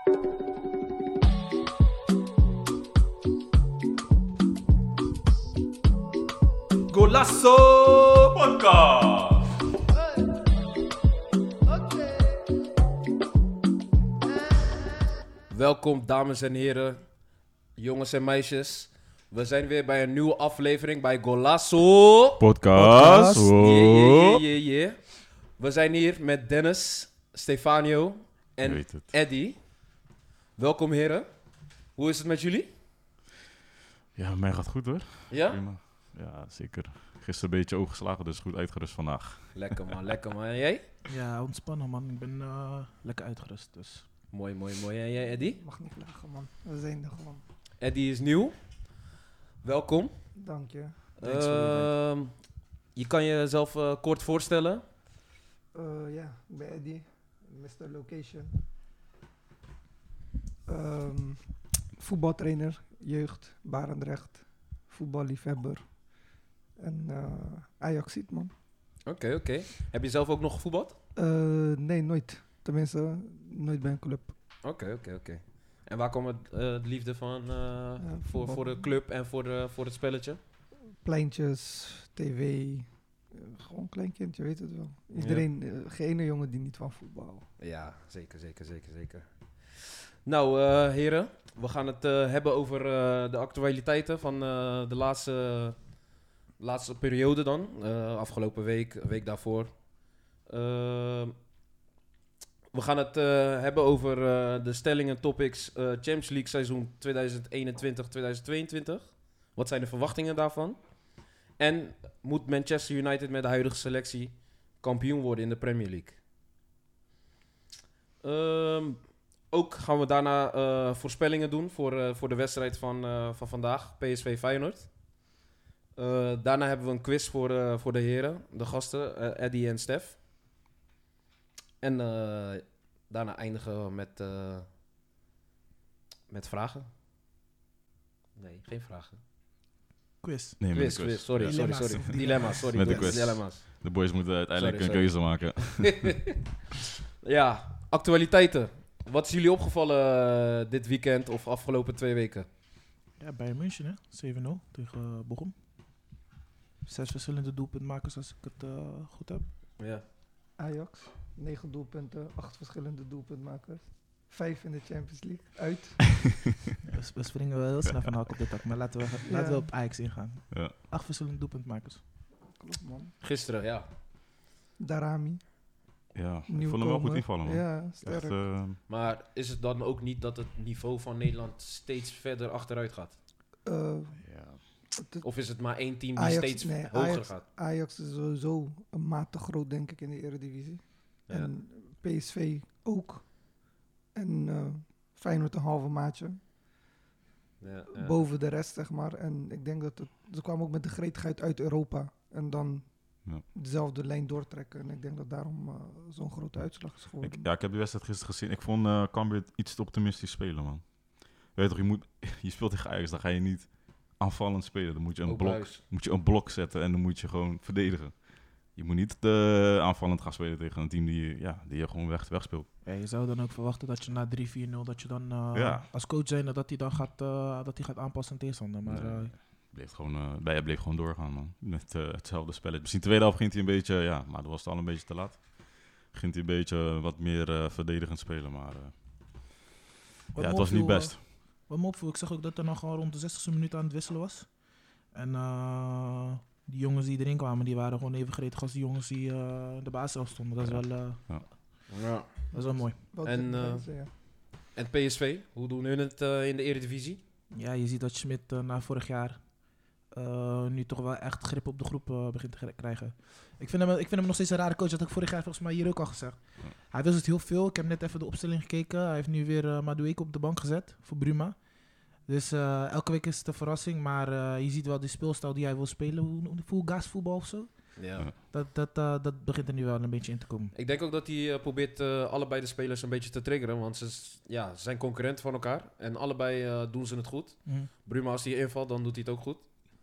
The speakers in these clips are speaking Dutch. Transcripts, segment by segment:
Golasso Podcast. Welkom dames en heren, jongens en meisjes. We zijn weer bij een nieuwe aflevering bij Golasso Podcast. Yeah. We zijn hier met Dennis, Stefanio en Eddie. Welkom heren. Hoe is het met jullie? Ja, mij gaat goed hoor. Ja? Prima. Ja, zeker. Gisteren een beetje oog geslagen, dus goed uitgerust vandaag. Lekker man. En jij? Ja, ontspannen man. Ik ben lekker uitgerust, dus... Mooi. En jij, Eddie? Mag niet klagen, man. We zijn er gewoon. Eddie is nieuw. Welkom. Dank je. Je kan jezelf kort voorstellen. Ja, ik ben Eddie, Mr. Location. Voetbaltrainer, jeugd, Barendrecht, voetballiefhebber en Ajaxiet, man. Oké. Heb je zelf ook nog gevoetbald? Nee, nooit. Tenminste, nooit bij een club. Oké. En waar komt de liefde van voor de club en voor het spelletje? Pleintjes, tv, gewoon een klein kindje, weet het wel. Iedereen, geen ene jongen die niet van voetbal. Ja, zeker. Nou, heren, we gaan het hebben over de actualiteiten van de laatste periode dan. Afgelopen week daarvoor. We gaan het hebben over de stellingen, topics, Champions League seizoen 2021-2022. Wat zijn de verwachtingen daarvan? En moet Manchester United met de huidige selectie kampioen worden in de Premier League? Ook gaan we daarna voorspellingen doen voor de wedstrijd van vandaag, PSV Feyenoord. Daarna hebben we een quiz voor de heren, de gasten, Eddie en Stef. En daarna eindigen we met vragen. Nee, geen vragen. Quiz. Nee, met de Quiz. Sorry. Dilemma's. Met de quiz. Dilemma's. De boys moeten uiteindelijk een keuze maken. Ja, actualiteiten. Wat is jullie opgevallen dit weekend of afgelopen 2 weken? Ja, Bayern München, hè? 7-0 tegen Bochum. 6 verschillende doelpuntmakers, als ik het goed heb. Ja. Ajax, 9 doelpunten, 8 verschillende doelpuntmakers. 5 in de Champions League, uit. Ja, we springen wel heel snel van hak op de tak, maar laten we op Ajax ingaan. Ja. 8 verschillende doelpuntmakers. Klopt, man. Gisteren, ja. Darami. Ja, ik vond hem wel goed invallen, man. Ja, sterk. Echt, Maar is het dan ook niet dat het niveau van Nederland steeds verder achteruit gaat? Of is het maar één team die steeds hoger gaat? Ajax is sowieso een maat te groot, denk ik, in de Eredivisie. Ja. En PSV ook. En Feyenoord een halve maatje. Ja. Boven de rest, zeg maar. En ik denk dat ze kwamen ook met de gretigheid uit Europa. En dan dezelfde lijn doortrekken. En ik denk dat daarom zo'n grote uitslag is geworden. ik heb de wedstrijd gisteren gezien. Ik vond Cambuur iets te optimistisch spelen, man. Je weet toch, je speelt tegen Ajax, dan ga je niet aanvallend spelen. Dan moet je een blok zetten en dan moet je gewoon verdedigen. Je moet niet aanvallend gaan spelen tegen een team die je gewoon wegspeelt. Ja, je zou dan ook verwachten dat je na 3-4-0, dat je dan als coach zijn dat hij dan gaat aanpassen aan tegenstander. Maar Hij bleef gewoon doorgaan, man. Met hetzelfde spelletje. Misschien tweede helft ging hij een beetje, maar dat was het al een beetje te laat. Ging hij een beetje wat meer verdedigend spelen, maar het was niet best. Wat me opviel, ik zag ook dat er nog gewoon rond de 60e minuut aan het wisselen was. En die jongens die erin kwamen, die waren gewoon even gretig als die jongens die de basis stonden. Dat is wel, dat is wel mooi. En PSV, hoe doen hun het in de Eredivisie? Ja, je ziet dat Schmidt na vorig jaar nu toch wel echt grip op de groep begint te krijgen. Ik vind hem nog steeds een rare coach. Dat heb ik vorig jaar volgens mij hier ook al gezegd. Hij wisselt heel veel. Ik heb net even de opstelling gekeken. Hij heeft nu weer Madueke op de bank gezet voor Bruma. Dus elke week is het een verrassing. Maar je ziet wel die speelstijl die hij wil spelen. Full gas voetbal of zo. Ja. Dat begint er nu wel een beetje in te komen. Ik denk ook dat hij probeert allebei de spelers een beetje te triggeren. Want ze zijn concurrenten van elkaar. En allebei doen ze het goed. Bruma, als hij invalt, dan doet hij het ook goed.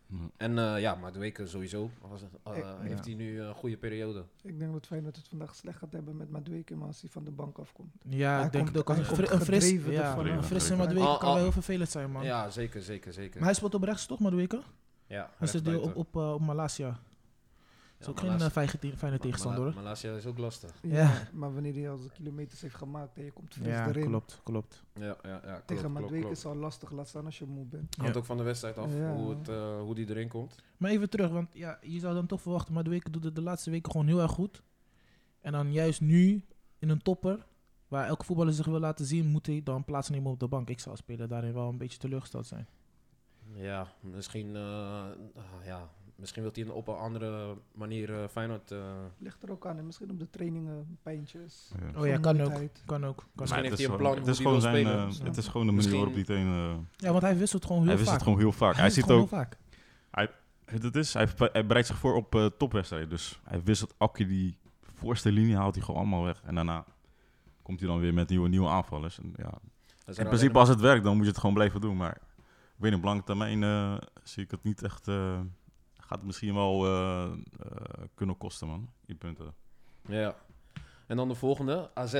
En Madueke sowieso. Heeft hij nu een goede periode. Ik denk dat Feyenoord het vandaag slecht gaat hebben met Madueke, maar als hij van de bank afkomt. Ja, ik denk ook als een frisse Madueke kan wel heel vervelend zijn, man. Ja, zeker. Maar hij speelt op rechts toch, Madueke? Ja, hij zit op Malasia. Dat is ook geen fijne tegenstander, hoor. Malasia is ook lastig. Ja, maar wanneer hij al zijn kilometers heeft gemaakt en je komt fris erin. Klopt. Ja, tegen Madueke is al lastig, laat staan als je moe bent. Hangt ook van de wedstrijd af hoe die erin komt. Maar even terug, want je zou dan toch verwachten, Madueke doet het de laatste weken gewoon heel erg goed. En dan juist nu, in een topper, waar elke voetballer zich wil laten zien, moet hij dan plaatsnemen op de bank. Ik zou als speler daarin wel een beetje teleurgesteld zijn. Ja, misschien wil hij op een andere manier Feyenoord... Ligt er ook aan, en misschien op de trainingen, pijntjes. Ja, kan ook. Misschien heeft hij een plan hoe hij wil spelen. Het is gewoon de manier waarop hij het een... Ja, want hij wisselt gewoon heel vaak. Hij ziet ook... Hij bereidt zich voor op topwedstrijden. Dus hij wisselt elke die voorste linie, haalt hij gewoon allemaal weg. En daarna komt hij dan weer met nieuwe aanvallers. En in principe, als het werkt, dan moet je het gewoon blijven doen. Maar ik weet niet, op lange termijn zie ik het niet echt... gaat het misschien wel kunnen kosten, man. Die punten. Ja. En dan de volgende, AZ.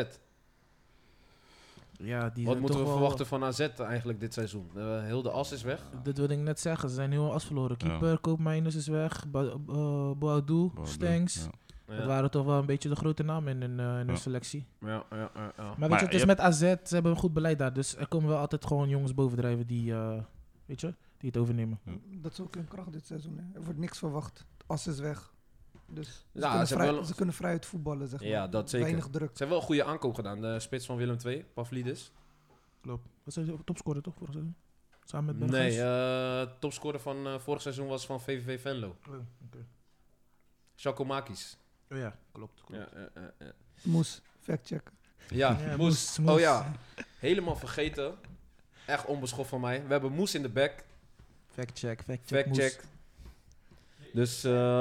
Ja, wat moeten we verwachten van AZ eigenlijk dit seizoen? Heel de as is weg. Dat wilde ik net zeggen. Ze zijn heel as verloren. Keeper, Koopmeiners is weg. Boadou, Stengs. Ja. Dat waren toch wel een beetje de grote namen in hun selectie. Ja. Maar weet je, het is met AZ. Ze hebben een goed beleid daar. Dus er komen wel altijd gewoon jongens bovendrijven die het overnemen. Ja. Dat is ook hun kracht dit seizoen. Hè. Er wordt niks verwacht. Het as is weg. Dus ze kunnen vrij uit voetballen, zeg maar. Ja, dat zeker. Weinig druk. Ze hebben wel een goede aankoop gedaan. De spits van Willem II, Pavlidis. Klopt. Was hij topscorer toch vorig seizoen? Samen met Berghuis? Nee, topscorer van vorig seizoen was van VVV Venlo. Chakomakis. Oh ja, klopt. Ja. Moes, factcheck. Ja, Moes. Oh ja, helemaal vergeten. Echt onbeschoft van mij. We hebben Moes in de back. Fact-check. Dus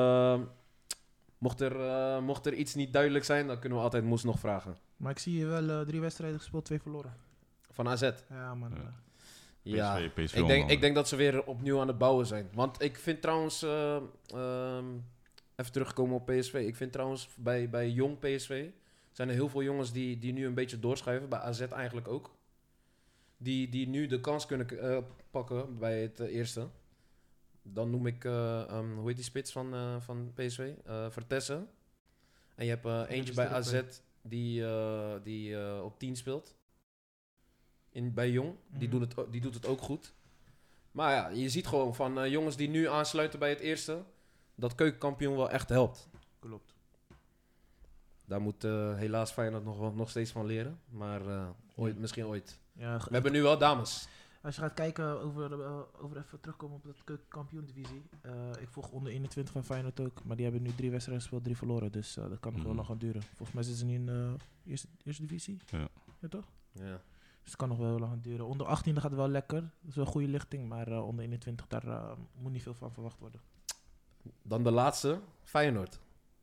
mocht er iets niet duidelijk zijn, dan kunnen we altijd Moes nog vragen. Maar ik zie je wel 3 wedstrijden gespeeld, 2 verloren. Van AZ? Ja, man. Ja, ik denk dat ze weer opnieuw aan het bouwen zijn. Want ik vind trouwens, even terugkomen op PSV. Ik vind trouwens bij jong PSV zijn er heel veel jongens die nu een beetje doorschuiven. Bij AZ eigenlijk ook. Die nu de kans kunnen pakken bij het eerste. Dan noem ik, hoe heet die spits van PSV? Vertessen. En je hebt eentje bij AZ die op 10 speelt. Bij Jong. Die doet het ook goed. Maar ja, je ziet gewoon van jongens die nu aansluiten bij het eerste, dat keukenkampioen wel echt helpt. Klopt. Daar moet helaas Feyenoord nog steeds van leren. Maar misschien ooit. Ja, we hebben nu wel dames. Als je gaat kijken over even terugkomen op de keukenkampioen-divisie. Ik volg onder 21 van Feyenoord ook. Maar die hebben nu 3 wedstrijden gespeeld, 3 verloren. Dus dat kan nog wel lang gaan duren. Volgens mij zitten ze nu in eerste divisie. Ja, toch? Ja. Dus het kan nog wel heel lang gaan duren. Onder 18 gaat het wel lekker. Dat is wel een goede lichting. Maar onder 21, daar moet niet veel van verwacht worden. Dan de laatste, Feyenoord.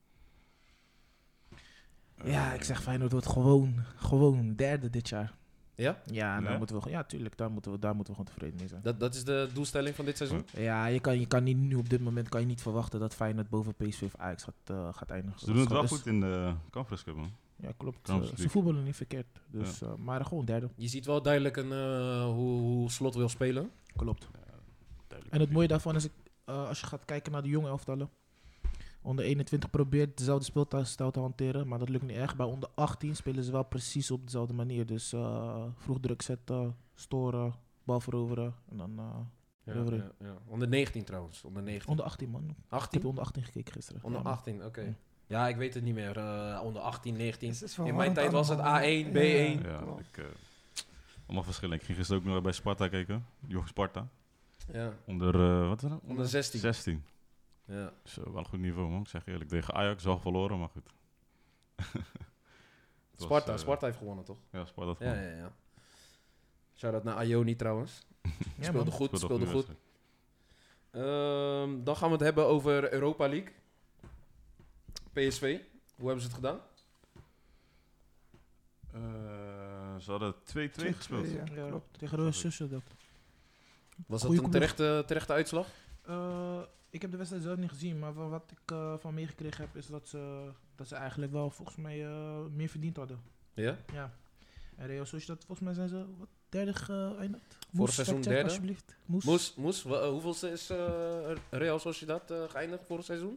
Ja, ik zeg Feyenoord wordt gewoon derde dit jaar. Ja? Ja, tuurlijk. Daar moeten we gewoon tevreden mee zijn. Dat is de doelstelling van dit seizoen? Ja, je kan niet, nu op dit moment niet verwachten dat Feyenoord boven PSV of Ajax gaat eindigen. Ze doen het wel goed in de Conference Cup, man. Ja, klopt. Ze voetballen niet verkeerd. Dus, maar gewoon derde. Je ziet wel duidelijk hoe Slot wil spelen. Klopt. Ja, en het mooie daarvan is, als je gaat kijken naar de jonge elftallen. Onder 21 probeert dezelfde speelstijl te hanteren, maar dat lukt niet echt. Bij onder 18 spelen ze wel precies op dezelfde manier. Dus vroeg druk zetten, storen, bal veroveren en dan ja. Onder 19 trouwens. Onder 18, man. 18? Ik heb onder 18 gekeken gisteren. Onder 18, oké. Ja. Ja, ik weet het niet meer. Onder 18, 19. In mijn tijd was het A1, B1. Ja, allemaal verschillen. Ik ging gisteren ook nog bij Sparta kijken. Jong Sparta. Ja. Onder 16. 16. Ja. Zo, wel een goed niveau, man. Ik zeg eerlijk. Tegen Ajax al verloren, maar goed. Sparta heeft gewonnen, toch? Ja, Sparta heeft gewonnen. Ja. Shout-out naar Ioni trouwens. Speelde goed. Dan gaan we het hebben over Europa League. PSV, hoe hebben ze het gedaan? Ze hadden 2-2 gespeeld. Ja, klopt. Tegen Rode Sussen dat. Was dat een terechte uitslag? Ik heb de wedstrijd zelf niet gezien, maar wat ik van meegekregen heb is dat ze eigenlijk wel volgens mij meer verdiend hadden. Ja? Ja. En Real Sociedad, volgens mij zijn ze derde geëindigd. Vorig seizoen derde? Alsjeblieft. Moes, hoeveelste is Real Sociedad geëindigd vorig seizoen?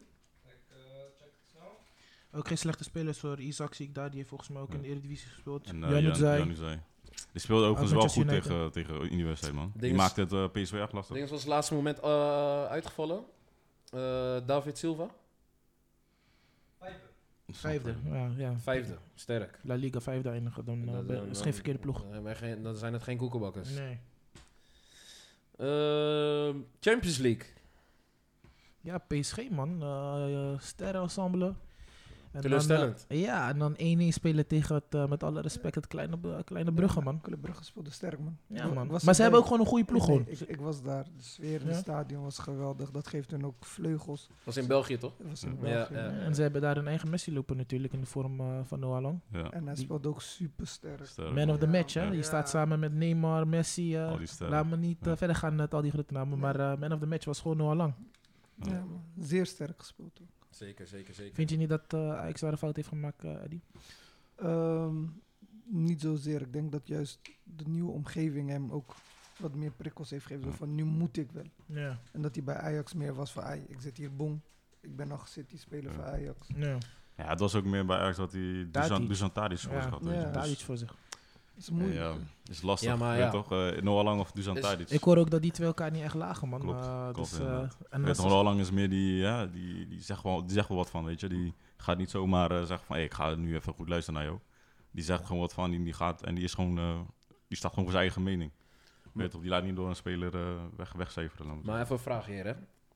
Ook geen slechte spelers voor Isaac zie ik daar. Die heeft volgens mij ook in de Eredivisie gespeeld. En Januzaj. Die speelde overigens wel goed Manchester tegen in die wedstrijd, man. Die Dinges- maakte het PSV echt lastig. Dinges was het laatste moment uitgevallen. David Silva. Vijfde. Ja. Vijfde, sterk. La Liga vijfde eindigen. Dan is geen verkeerde ploeg. Dan zijn het geen koekenbakkers. Nee. Champions League. Ja, PSG man. Sterrenensemble. En Teleurstellend. En dan 1-1 spelen tegen het, met alle respect, het kleine Brugge man. Club Brugge speelde sterk, man. Ja man. Was Maar ze erbij? hebben ook gewoon een goede ploeg gewoon. Ik was daar. De sfeer in het stadion was geweldig. Dat geeft hun ook vleugels. Was in België toch? Dat was in Ja, België. ja. En ze hebben daar een eigen Messi lopen natuurlijk in de vorm van Noah Lang. Ja. En hij speelde ook super sterk. Man of the match hè. Ja. Die staat samen met Neymar, Messi. Al die sterren. Laat me niet verder gaan met al die grote namen. Maar man of the match was gewoon Noah Lang. Ja, man. Zeer sterk gespeeld ook. Zeker. Vind je niet dat Ajax daar een fout heeft gemaakt, Eddie? Niet zozeer. Ik denk dat juist de nieuwe omgeving hem ook wat meer prikkels heeft gegeven. Zo van, nu moet ik wel. Ja. En dat hij bij Ajax meer was van, ik zit hier, boom. Ik ben nog City speler voor Ajax. Ja. Ja, het was ook meer bij Ajax dat hij Dusan Tadic voor zich had. weet je. Ja. Daar iets voor zich. Dat is moeilijk. Ja, is lastig. Ja, maar weet ja. toch? Noah Lang of Dusan Is- Tadic. Ik hoor ook dat die twee elkaar niet echt lagen, man. Klopt, Dus, inderdaad. en Weet dat Noah Lang is meer die zegt wel wat van, weet je. Die gaat niet zomaar zeggen van, ik ga nu even goed luisteren naar jou. Die zegt gewoon wat van, die gaat en die is gewoon, die staat gewoon voor zijn eigen mening. Weet toch, die laat niet door een speler wegcijferen. laat Maar even een vraag hier, hè.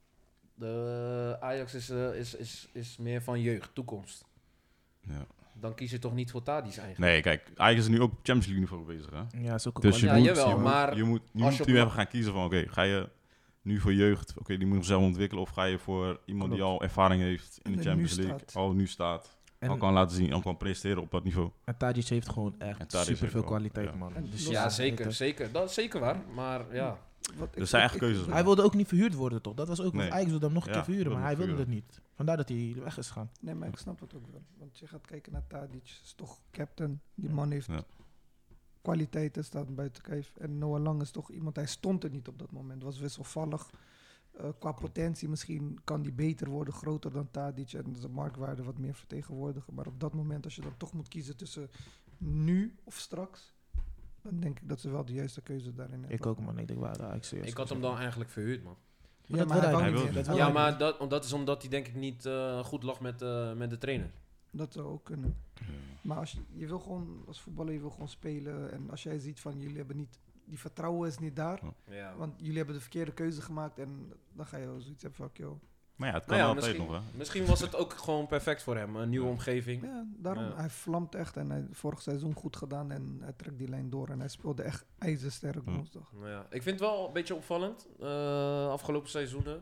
De Ajax is meer van jeugd, toekomst. Ja. Dan kies je toch niet voor Tadic eigenlijk? Nee, kijk, Ajax is nu ook Champions League niveau bezig, hè. Ja, is ook een Dus je Ja, moet, jawel, je moet- maar je moet als je nu op- even gaan kiezen van, oké, ga je nu voor jeugd, oké, die moet nog zelf ontwikkelen, of ga je voor iemand die al ervaring heeft in de En Champions nu League, staat. al nu staat, al kan laten zien, al kan presteren op dat niveau. En Tadic heeft gewoon En echt Tadic heeft superveel wel, kwaliteit, ja. man. En Dus los- ja, Ja, zeker. Dat is zeker waar. Maar ja, Dus zijn eigen keuzes. Hij wilde ook niet verhuurd worden, toch? Dat was ook Nee. Ajax wilde hem nog een Ja, keer verhuren, maar hij wilde wilde het niet. Vandaar dat hij weg is gegaan. Nee, maar ik snap het ook wel. Want je gaat kijken naar Tadic, is toch captain. Die man heeft Ja. kwaliteiten, staat buiten kijf. En Noah Lang is toch iemand, hij stond er niet op dat moment. Was wisselvallig. Qua potentie misschien kan die beter worden, groter dan Tadic. En zijn marktwaarde wat meer vertegenwoordigen. Maar op dat moment, als je dan toch moet kiezen tussen nu of straks, dan denk ik dat ze wel de juiste keuze daarin hebben. Ik ook, man. Ik denk, waar Ajax serieus ik had hem dan eigenlijk verhuurd, man. Maar Ja, dat maar wil hij hij wou niet. niet Hij meer. wil Ja, Dat wou hij maar dat is omdat hij denk ik niet goed lag met de trainer. Dat zou ook kunnen. Maar als je wil gewoon, als voetballer, je wil gewoon spelen. En als jij ziet van jullie hebben niet, die vertrouwen is niet daar. Ja. Want jullie hebben de verkeerde keuze gemaakt. En dan ga je wel zoiets hebben van, joh. Maar ja, het kan Nou ja, altijd misschien, nog, hè. misschien was het ook gewoon perfect voor hem. Een nieuwe omgeving. Ja, daarom, Ja. hij vlamt echt. En hij vorig seizoen goed gedaan. En hij trekt die lijn door. En hij speelde echt ijzersterk Ja. woensdag. Nou ja, ik vind het wel een beetje opvallend. Afgelopen seizoenen.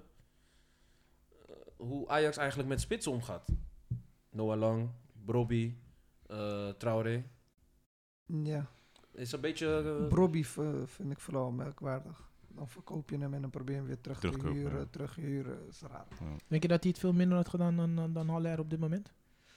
Hoe Ajax eigenlijk met spitsen omgaat. Noah Lang, Brobby, Traoré. Ja, Is een beetje... Brobby vind ik vooral merkwaardig. Dan verkoop je hem en dan probeer je hem weer terug te Terugkopen, huren. ja. Terughuren, is raar. Denk je dat hij het veel minder had gedaan dan Haller op dit moment?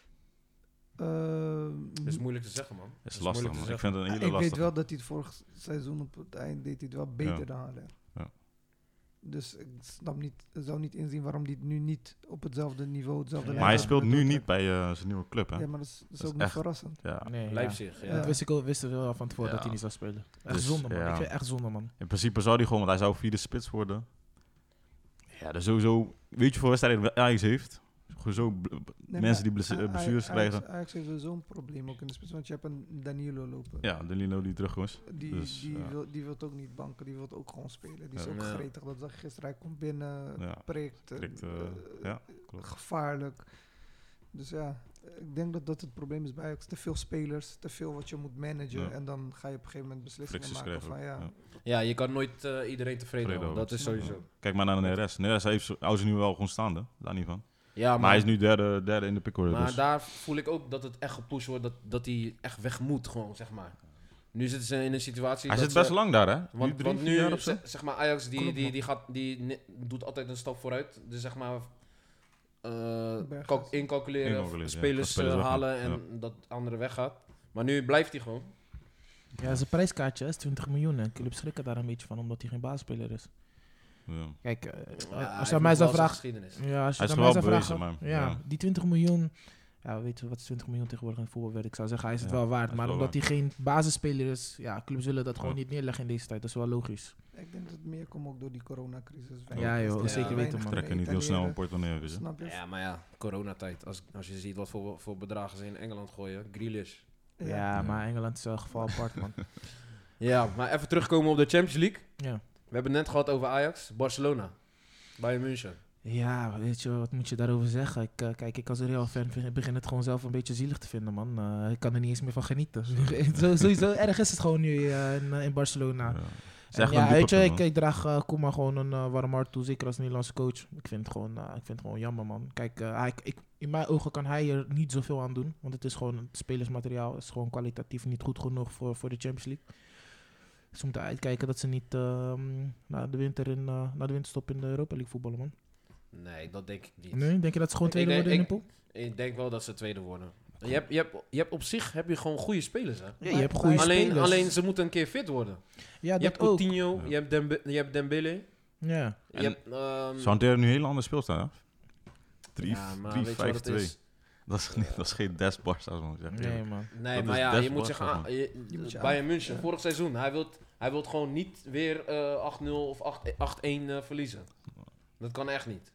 Dat is moeilijk te zeggen, man. Het is Dat lastig, moeilijk man. te Ik vind het een hele Ik weet lastige. wel dat hij het vorig seizoen op het eind deed hij het wel beter Ja. dan Haller. Ja. Dus ik snap niet, zou niet inzien waarom hij het nu niet op hetzelfde niveau, hetzelfde Maar Maar hij lijn speelt nu doortrekt. niet bij zijn nieuwe club, hè. Ja, maar dat is is ook niet echt- verrassend. Ja. Nee, Leipzig, ja. Dat wisten we wel van tevoren Ja. dat hij niet zou spelen. Echt Dus, zonde, man. ja. Ik vind het echt zonde, man. In principe zou hij gewoon, want hij zou vierde spits worden. Ja, dus sowieso, weet je voor wedstrijden Ajax heeft? Gewoon zo Nee, mensen die maar blessures krijgen. Ajax heeft sowieso een probleem ook in de spits, want je hebt een Danilo lopen. Ja, Danilo die terug was. Die, Dus, die, ja. die wil ook niet banken, die wil ook gewoon spelen. Die is Ja. ook Ja. gretig, dat zag je gisteren. Hij komt binnen, Ja. prikt, Prikt, ja, klopt. gevaarlijk. Dus ja, ik denk dat dat het probleem is bij Ajax. Te veel spelers, te veel wat je moet managen. Ja. En dan ga je op een gegeven moment beslissingen Fricties maken krijgen van ook, ja. ja. Ja, je kan nooit iedereen tevreden houden. Dat is sowieso. Kijk maar naar de Neres. Neres houdt ze nu wel gewoon staande, daar niet van. Ja, Maar hij is nu derde in de pickorde. Maar Dus. daar voel ik ook dat het echt gepusht wordt. Dat hij echt weg moet, gewoon, zeg maar. Nu zitten ze in een situatie... Hij dat zit best lang daar, hè? Want nu nu, zeg maar, Ajax doet altijd een stap vooruit. Dus zeg maar... incalculeren, spelers halen en dat andere weggaat. Maar nu blijft hij gewoon. Ja, zijn prijskaartje is 20 miljoen. En clubs schrikken daar een beetje van, omdat hij geen basisspeler is. Ja. Kijk, als je aan mij zou vragen... Ja, als je aan mij zou vragen... Die 20 miljoen... Ja, weet je, wat is 20 miljoen tegenwoordig in het voetbalwerk? Ik zou zeggen, hij is het wel waard. Maar omdat hij geen basisspeler is... Ja, clubs zullen dat gewoon niet neerleggen in deze tijd. Dat is wel logisch. Ik denk dat het meer komt ook door die coronacrisis. Ja, joh, zeker weten, man. Trekken niet heel snel een portemonnee. Snap je? Ja, maar ja, coronatijd. Als je ziet wat voor bedragen ze in Engeland gooien. Grealish. Ja, maar Engeland is een geval apart, man. Ja, maar even terugkomen op de Champions League. Ja. We hebben het net gehad over Ajax. Barcelona. Bayern München. Ja, weet je, wat moet je daarover zeggen? Kijk, ik als Real-fan begin het gewoon zelf een beetje zielig te vinden, man. Ik kan er niet eens meer van genieten. Sowieso erg is het gewoon nu in Barcelona. Ja, weet je, ik draag Koeman gewoon een warm hart toe, zeker als Nederlandse coach. Ik vind het gewoon jammer, man. Kijk, in mijn ogen kan hij er niet zoveel aan doen, want het is gewoon, het spelersmateriaal is gewoon kwalitatief niet goed genoeg voor de Champions League. Ze moeten uitkijken dat ze niet na de winterstop in de Europa League voetballen, man. Nee, dat denk ik niet. Nee, denk je dat ze gewoon tweede worden in de pool? Ik denk wel dat ze tweede worden. Je hebt op zich gewoon goede spelers, hè? Ja, je hebt goede spelers. Alleen ze moeten een keer fit worden. Ja, je hebt Coutinho, je hebt Dembele. Ja. Ze hanteren nu een hele andere speelstijl, hè? 3-5-2. Dat is geen Des Barca's, man. Nee, man. Nee, maar ja, je moet zeggen... Bayern München, vorig seizoen, hij wil gewoon niet weer 8-0 of 8-1 verliezen. Dat kan echt niet.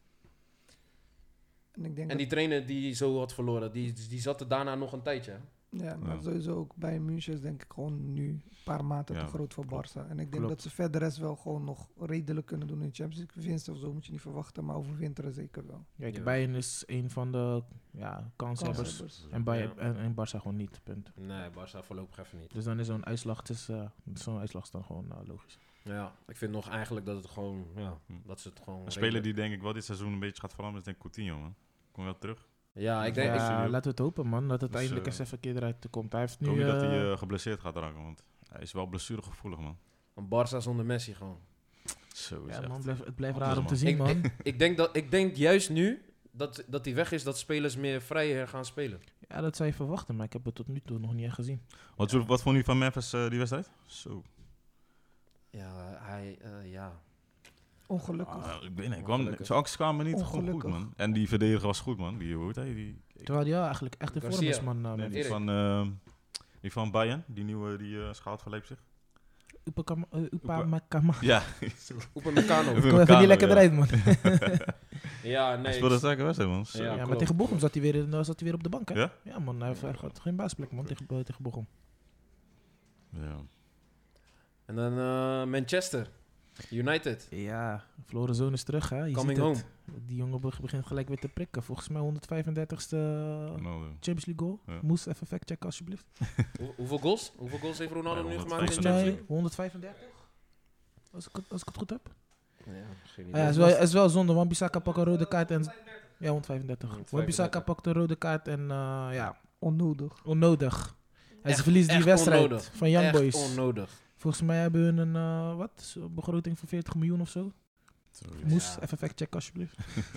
En die trainer die zo had verloren, die zat er daarna nog een tijdje. Hè? Ja, maar sowieso ook bij München is denk ik gewoon nu een paar maten te groot voor Barça. En ik denk dat ze verder rest wel gewoon nog redelijk kunnen doen in de Champions League. Winst of zo moet je niet verwachten, maar overwinteren zeker wel. Kijk, Bayern is een van de kanshebbers. En Barça gewoon niet, punt. Nee, Barça voorlopig even niet. Dus dan is zo'n uitslag, zo'n uitslag is dan gewoon logisch. Ja, ik vind nog eigenlijk dat het gewoon, dat ze het gewoon... Een speler die denk ik wel dit seizoen een beetje gaat veranderen is denk ik Coutinho, man. Kom wel terug. Ja, ik denk... laten we het hopen, man. Dat het eindelijk eens even een keer eruit komt. Hij heeft nu... Ik hoop niet dat hij geblesseerd gaat raken, want hij is wel blessuregevoelig, man. Een Barça zonder Messi gewoon. Zo is man, het blijft raar om te zien, man. Ik denk juist nu dat hij weg is, dat spelers meer vrijer gaan spelen. Ja, dat zou je verwachten, maar ik heb het tot nu toe nog niet echt gezien. Wat vond je van Memphis die wedstrijd? Zo. Ja, ongelukkig. Ik weet niet. Zijn acties kwamen niet goed, man. En die verdediger was goed, man. Terwijl die eigenlijk echt in vorm is, man. Die van Bayern, die nieuwe die schaalt van Leipzig. Upamecano. Ja. Upamecano. Kom even niet lekker eruit, man. Ja, nee. Hij speelde een sterke wedstrijd, man. Ja, maar tegen Bochum zat hij weer op de bank, hè? Ja? Ja, man. Hij had geen baasplek, man, tegen Bochum. Ja. En dan Manchester United. Ja, Florenzoon is terug, hè? Coming home. Die jongen begint gelijk weer te prikken. Volgens mij 135ste Champions League goal. Ja. Moes even factchecken, alsjeblieft. Hoeveel goals? Hoeveel goals heeft Ronaldo nu gemaakt in de Champions League? 135? Als ik het goed heb. Ja, geen idee. Het is wel zonde, want Bissaka pakt een rode kaart en... Ja, 135. Want Bissaka pakt een rode kaart en Onnodig. Hij verliest die wedstrijd onnodig. Van Young Boys. Onnodig. Volgens mij hebben we een begroting van 40 miljoen of zo. Moes, even factchecken alsjeblieft.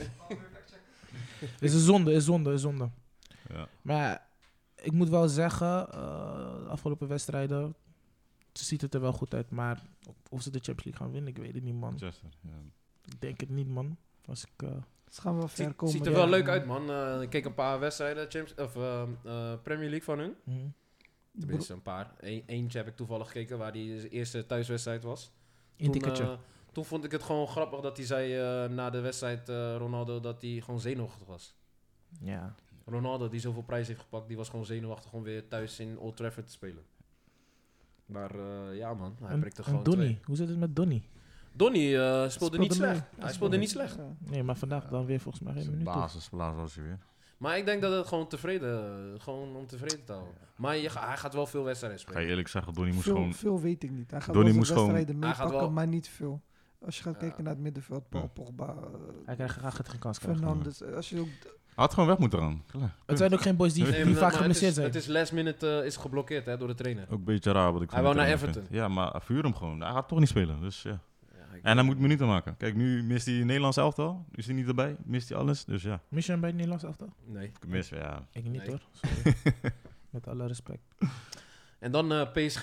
Het is een zonde. Ja. Maar ik moet wel zeggen, de afgelopen wedstrijden, ze ziet het er wel goed uit. Maar of ze de Champions League gaan winnen, ik weet het niet, man. Ik denk het niet, man. Ze gaan wel ver komen. Ziet er wel leuk uit, man. Ik keek een paar wedstrijden, Premier League van hun. Mm-hmm. Tenminste, een paar. Eentje heb ik toevallig gekeken waar die de eerste thuiswedstrijd was. Toen vond ik het gewoon grappig dat hij zei na de wedstrijd Ronaldo dat hij gewoon zenuwachtig was. Ja. Ronaldo die zoveel prijs heeft gepakt, die was gewoon zenuwachtig om weer thuis in Old Trafford te spelen. Maar ja man, hij prikte gewoon Donny, 2. hoe zit het met Donny? Donny speelde niet slecht. Hij speelde niet slecht. Ja. Nee, maar vandaag dan weer volgens mij geen minuut. Basis was hij weer. Maar ik denk dat het gewoon om tevreden te houden. Maar hij gaat wel veel wedstrijden spelen. Ga je eerlijk zeggen, Donny moest gewoon... Veel weet ik niet. Hij gaat Donny wel moest wedstrijden meepakken, maar niet veel. Als je gaat kijken naar het middenveld, Paul Pogba... Hij krijgt geen kans. Fernandes. Als je ook Had gewoon weg moeten gaan. Klaar. Het zijn ook geen boys die Nee, vaak maar geblesseerd zijn. Het is last minute is geblokkeerd hè, door de trainer. Ook een beetje raar wat ik Hij van wou die naar trainer Everton. vind. Ja, maar vuur hem gewoon. Hij gaat toch niet spelen. Dus ja. Ja, En hij moet minuten maken. Kijk, nu mist hij Nederlands elftal. Is hij niet erbij. Mist hij alles. Dus ja. Mis je hem bij het Nederlands elftal? Nee. Ik mis, ja. Ik niet Nee. hoor. Sorry. Met alle respect. En dan PSG.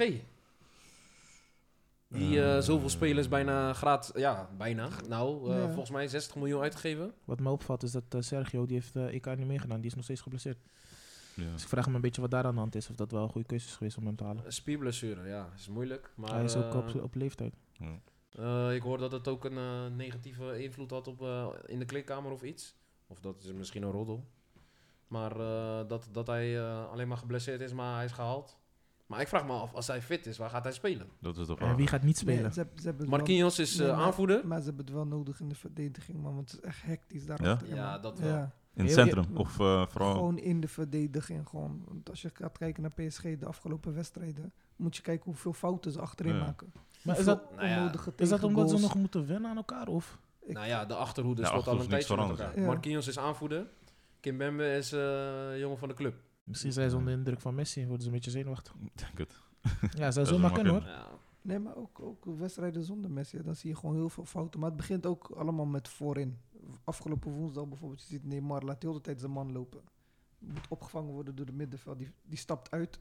Die zoveel spelers bijna gratis... Ja, bijna. Nou, Ja. volgens mij 60 miljoen uitgegeven. Wat me opvalt is dat Sergio, die heeft EK niet meegedaan. Die is nog steeds geblesseerd. Ja. Dus ik vraag me een beetje wat daar aan de hand is. Of dat wel een goede keuze is geweest om hem te halen. Spierblessure, ja. Is moeilijk. Maar, Hij is ook op leeftijd. ik hoor dat het ook een negatieve invloed had op, in de kleedkamer of iets. Of dat is misschien een roddel. Maar dat hij alleen maar geblesseerd is, maar hij is gehaald. Maar ik vraag me af, als hij fit is, waar gaat hij spelen? Dat is toch En waar. wie gaat niet spelen? Nee, ze hebben het Marquinhos is Nee, maar- aanvoerder. Maar ze hebben het wel nodig in de verdediging, man. Want het is echt hectisch daarachter. Ja, man. dat wel. Ja, In het Heel- centrum. Of vooral... gewoon in de verdediging. Gewoon. Want als je gaat kijken naar PSG de afgelopen wedstrijden, moet je kijken hoeveel fouten ze achterin Ja. maken. Maar is Hoeveel dat, Nou ja, onnodige is dat omdat ze tegengoals. nog moeten wennen aan elkaar? Of? Nou ja, de achterhoede Ja, speelt al een achterhoede is tijdje met niks elkaar. veranderd. Ja. Marquinhos is aanvoerder. Kimpembe is jongen van de club. Misschien zijn ze onder de indruk van Messi en worden ze een beetje zenuwachtig. Denk het. Ja, zou is zomaar wel kunnen hoor. Ja. Nee, maar ook wedstrijden zonder Messi. Dan zie je gewoon heel veel fouten. Maar het begint ook allemaal met voorin. Afgelopen woensdag bijvoorbeeld, je ziet Neymar laat heel de tijd zijn man lopen. Moet opgevangen worden door de middenveld. Die stapt uit.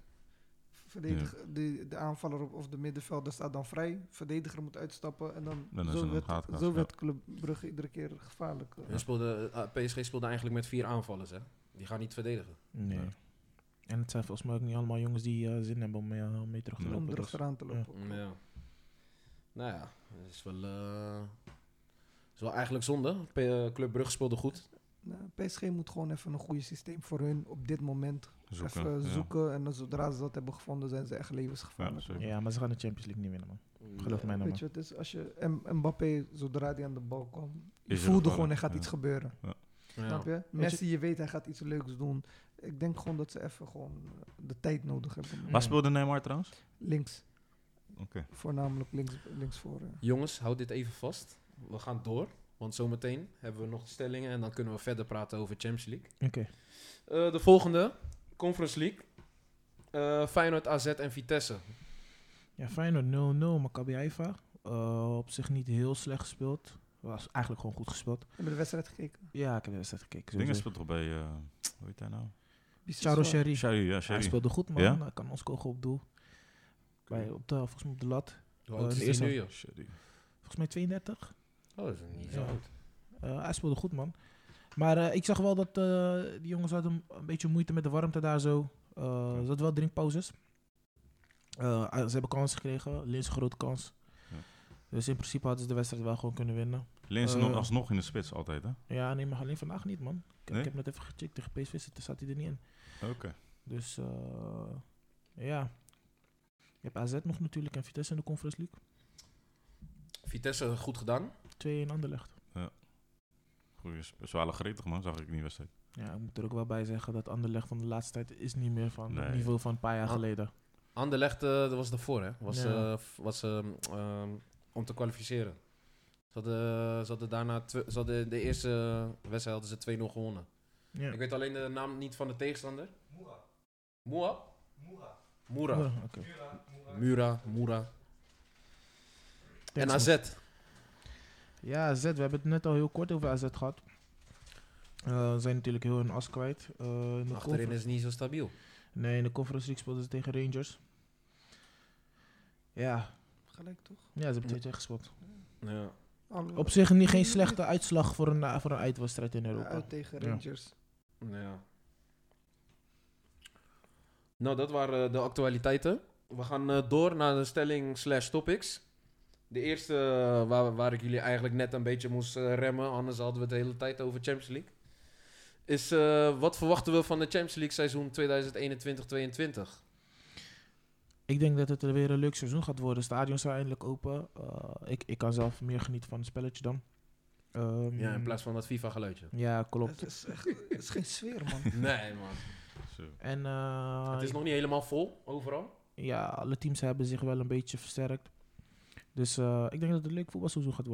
De aanvaller of de middenvelder staat dan vrij. Verdediger moet uitstappen. En dan Dan is zo er een werd, gaatkaas, zo ja. werd Club Brugge iedere keer gevaarlijk. PSG speelde eigenlijk met 4 aanvallers. Hè? Die gaan niet verdedigen. Nee. Ja. En het zijn volgens mij ook niet allemaal jongens die zin hebben om mee terug te Nee. lopen. om dus- erachteraan te lopen. Ja. Nou ja, dat is wel eigenlijk zonde. Club Brugge speelde goed. Nou, PSG moet gewoon even een goede systeem voor hun op dit moment Zoeken. even Ja. zoeken. En dan zodra ze dat hebben gevonden, zijn ze echt levensgevaarlijk. Ja, zeker. Ja, maar ze gaan de Champions League niet winnen, man. Geloof mij nou, Weet je man. wat het is? Als je Mbappé, zodra hij aan de bal kwam, je Is er voelde gewoon, gewoon er gaat ja. iets gebeuren. Ja. Snap je? Messi, je weet hij gaat iets leuks doen. Ik denk gewoon dat ze even gewoon de tijd nodig hebben. Ja. Waar speelde Neymar trouwens? Links, Oké. voornamelijk links voor. Ja. Jongens, houd dit even vast. We gaan door. Want zometeen hebben we nog de stellingen. En dan kunnen we verder praten over Champions League. Oké. De volgende, Conference League. Feyenoord, AZ en Vitesse. Ja, Feyenoord 0-0, Maccabi Haifa. Op zich niet heel slecht gespeeld. Was eigenlijk gewoon goed gespeeld. Heb je de wedstrijd gekeken? Ja, ik heb de wedstrijd gekeken. Dingen sowieso. speelt toch bij... hoe heet hij nou? Charo Sherry. Sherry, ja, Hij Sherry. speelde goed, man. Ja? Hij kan ons kogel op doel. Volgens mij op de lat. Hoe oud is de hij eerste- nu, joh? Sherry. Volgens mij 32. Oh, dat is niet zo Ja. oud. Hij speelde goed, man. Maar ik zag wel dat die jongens hadden een beetje moeite met de warmte daar zo. Ze hadden wel drinkpauzes. Ze hebben kansen gekregen. Lins een grote kans. Ja. Dus in principe hadden ze de wedstrijd wel gewoon kunnen winnen. Lins alsnog in de spits altijd, hè? Ja, nee, maar alleen vandaag niet, man. Nee? Ik heb net even gecheckt. Tegen PSV staat hij er niet in. Oké. Dus ja. Je hebt AZ nog natuurlijk en Vitesse in de Conference League. Vitesse goed gedaan. 2-1 Anderlecht. Goeie zware gretig, man. Zag ik in die wedstrijd. Ja, ik moet er ook wel bij zeggen dat Anderlecht van de laatste tijd is niet meer van het Nee. niveau van een paar jaar Ah. geleden. Anderlecht, dat was daarvoor, hè? Ja. Was om te kwalificeren. Ze hadden daarna de eerste wedstrijd hadden ze 2-0 gewonnen. Ja. Ik weet alleen de naam niet van de tegenstander. Moera. Moera. Ja, oké. Moera. En Thanks, AZ. Ja, AZ, we hebben het net al heel kort over AZ gehad. Ze zijn natuurlijk heel hun as kwijt. In de Achterin is het niet zo stabiel. Nee, in de Conference League speelden ze tegen Rangers. Ja, Gelijk toch? ja ze hebben 2-2 gespeeld. Ja. Op zich geen slechte uitslag voor een uitwedstrijd in Europa. Uit tegen Ja. Rangers. Ja. Nou, dat waren de actualiteiten. We gaan door naar de stelling / topics. De eerste waar ik jullie eigenlijk net een beetje moest remmen, anders hadden we het de hele tijd over Champions League. Is wat verwachten we van de Champions League seizoen 2021-22? Ik denk dat het weer een leuk seizoen gaat worden. Stadions zijn eindelijk open. Ik kan zelf meer genieten van het spelletje dan. Ja, in plaats van dat FIFA-geluidje. Ja, klopt. Het is echt het is geen sfeer, man. Nee, man. Zo. En Het is nog niet helemaal vol, overal. ja, alle teams hebben zich wel een beetje versterkt. Dus ik denk dat het een leuk voetbalseizoen gaat worden, man.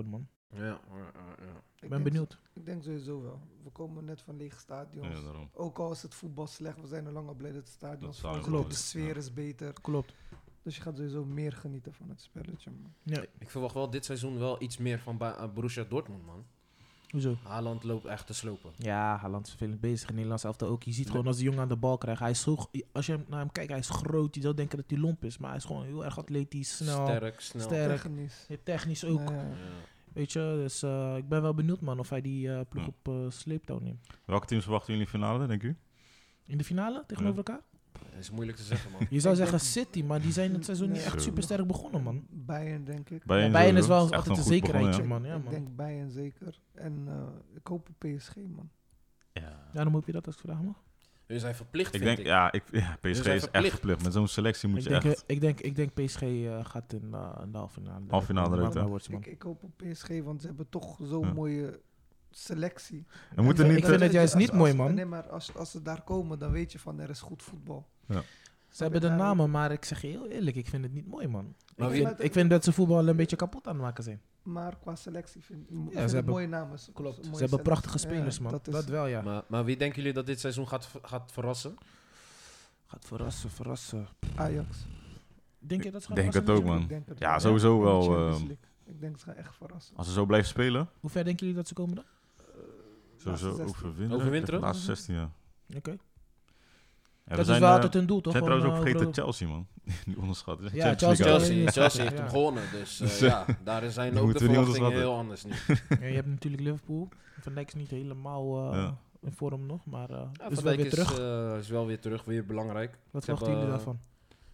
Ja. Ik ben benieuwd. Ik denk sowieso wel. We komen net van lege stadions. Ja, daarom. Ook al is het voetbal slecht, we zijn al lang al blij dat het stadion Dat is zou vol. klopt. De sfeer is beter. Klopt. Dus je gaat sowieso meer genieten van het spelletje, man. Ja. Ik verwacht wel dit seizoen wel iets meer van Borussia Dortmund, man. Hoezo? Haaland loopt echt te slopen. Ja, Haaland is vervelend bezig. In Nederlands elftal ook. Je ziet gewoon als die jongen aan de bal krijgt. Hij is zo, als je naar hem kijkt, hij is groot. Je zou denken dat hij lomp is. Maar hij is gewoon heel erg atletisch, snel. Snel. Sterk. Technisch. Technisch ook. Ja. Ja. Weet je, dus ik ben wel benieuwd, man, of hij die ploeg op sleeptouw neemt. Welke teams verwachten jullie in de finale, denk u? In de finale tegenover elkaar? Dat is moeilijk te zeggen, man. Je zou Ik zeggen denk- City, maar die zijn het seizoen niet Nee. echt Zo. super sterk begonnen, man. Bayern, denk ik. Bayern is wel Echt altijd een goed zekerheidje, begonnen, man. Ja, Ik man. denk Bayern zeker. En ik hoop op PSG, man. Ja. Ja, dan moet je dat als ik vraag mag. We zijn verplicht, Ik vind denk, ik. PSG zijn is verplicht. echt verplicht. Met zo'n selectie moet Ik je denk, echt... ik denk PSG gaat in de halve finale. Halffinale eruit, hè? Ik hoop op PSG, want ze hebben toch zo'n Ja. mooie selectie. We moeten Ik niet... vind het juist Als- niet mooi, als- man. Nee, maar als ze daar komen, dan weet je van er is goed voetbal. Ze hebben de namen, maar ik zeg je heel eerlijk, ik vind het niet mooi, man. Maar Ik vind dat ze voetbal een beetje kapot aan het maken zijn. Maar qua selectie vind ik ze hebben- mooie namen. Klopt. Mooie Ze hebben selectie. prachtige spelers, Ja, man. dat is- Dat wel, ja. Maar wie denken jullie dat dit seizoen gaat verrassen? Gaat verrassen. Ajax. Denk je dat ze gaan Denk het verrassen? ook, man. Ik denk het Ja, wel. sowieso In de wel, Champions League. Ik denk ze gaan echt verrassen. Als ze zo blijven spelen, Hoe ver denken jullie dat ze komen dan? sowieso Laatste 16. overwinnen. Overwinteren? De laatste 16, ja. Oké. Ja, Dat is wel altijd hun doel, toch? zijn trouwens ook Gewoon, vergeten Chelsea, man. Die onderschat. Ja, Champions League Chelsea- uit. Chelsea heeft Ja. hem gewonnen. Dus Dus, ja, daar zijn die ook de moeten we niet verwachtingen onderschatten. heel anders nu. Ja, je hebt natuurlijk Liverpool. Van Dijk is niet helemaal Ja. in vorm nog, maar Ja, is Van wel Dijk weer terug. is wel weer terug, weer belangrijk. Wat ze verwachten hebben- jullie daarvan?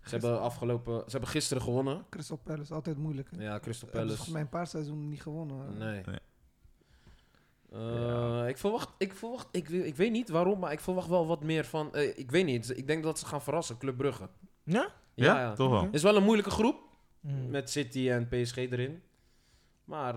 Ze hebben gisteren gewonnen. Crystal Palace, altijd moeilijk. Hè? Ja, Crystal Hebben ze volgens Palace. mij een paar seizoenen niet gewonnen. Nee. Nee. Ik weet niet waarom, maar ik verwacht wel wat meer van... ik weet niet, ik denk dat ze gaan verrassen, Club Brugge. Ja? Ja, toch wel. Oké. Is wel een moeilijke groep, Mm. met City en PSG erin. Maar,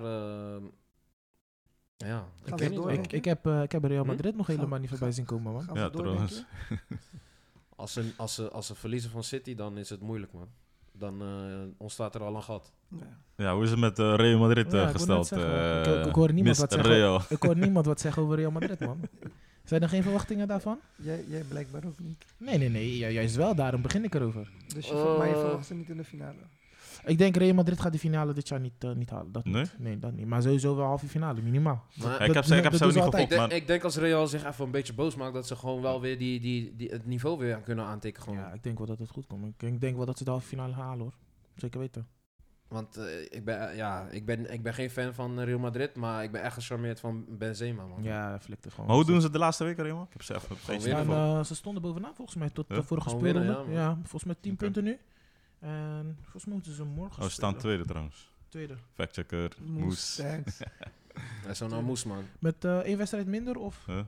ja, Gaan ik ze weet niet. door? hoor. Ik heb Real Madrid nog helemaal Gaan- niet voorbij zien komen, man. Gaan Ja, ze door, trouwens. denk je? Als ze verliezen van City, dan is het moeilijk, man. Dan ontstaat er al een gat. Ja. Ja, hoe is het met Real Madrid Ja, ik wou gesteld? net zeggen. Ik hoor niemand Mr. wat zeggen. Real. Ik hoor niemand wat zeggen over Real Madrid, man. Zijn er geen verwachtingen daarvan? Jij blijkbaar ook niet. Nee. Juist wel, daarom begin ik erover. Dus maar je verwacht ze niet in de finale. Ik denk Real Madrid gaat de finale dit jaar niet halen. Dat Nee? niet. Nee, dat niet. Maar sowieso wel halve finale, minimaal. Maar Ja, ik heb ze dat niet doen ze gevolgd, altijd. maar... ik denk als Real zich even een beetje boos maakt, dat ze gewoon wel weer het niveau weer kunnen aantikken. Gewoon. Ja, ik denk wel dat het goed komt. Ik denk wel dat ze de halve finale halen, hoor. Zeker weten. Want ik ben geen fan van Real Madrid, maar ik ben echt gecharmeerd van Benzema, man. Ja, flikt het gewoon. Maar hoe doen ze het de laatste weken, Real? Ik heb ze even een Gewoon beetje winnen. gevolgd. Ze stonden bovenaan volgens mij tot Ja? de vorige Gewoon speelronde. winnen, Ja, ja, man. volgens mij 10 Oké. punten nu. En volgens mij moeten ze morgen Oh, ze staan spelen. tweede trouwens. Tweede. Factchecker, Moes. Thanks. Hij is zo'n Amoes, man. Met 1 wedstrijd minder of? Huh?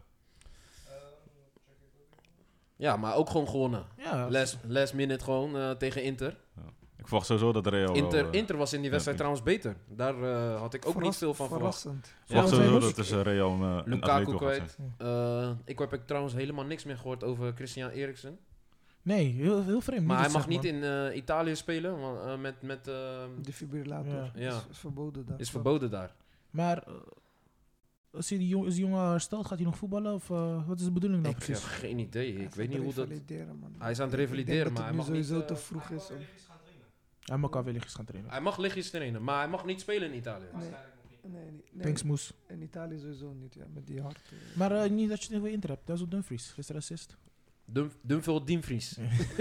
Ja, maar ook gewoon gewonnen. Ja. Last minute gewoon tegen Inter. Ik verwacht sowieso dat Real wel... Inter was in die wedstrijd ja. trouwens beter. Daar had ik ook niet veel van verwacht. Verrassend. Ik verwacht Ja, sowieso want dat tussen Real en Lukaku Atletico gaat kwijt. zijn. Ik heb trouwens helemaal niks meer gehoord over Christian Eriksen. Nee, heel vreemd. Maar hij dat mag zeg, niet man. in Italië spelen, want met Defibrillator. Ja. Is verboden daar. is verboden daar. Maar als hij is die jongen hersteld, gaat hij nog voetballen? Of wat is de bedoeling nou Ik heb precies? geen idee. Hij Ik is weet aan niet het hoe dat... revalideren, man. Hij is aan het Ik denk revalideren, dat maar het hij nu mag niet... sowieso te vroeg is. Hij mag al lichtjes gaan trainen. Hij mag lichtjes trainen, maar hij mag niet spelen in Italië. Nee, Thanks, Moes. in Italië sowieso niet, ja, met die hart. Maar niet dat je het heel veel Inter hebt. Dat is op Dumfries. Gisteren assist. Dumfriel Diemvries.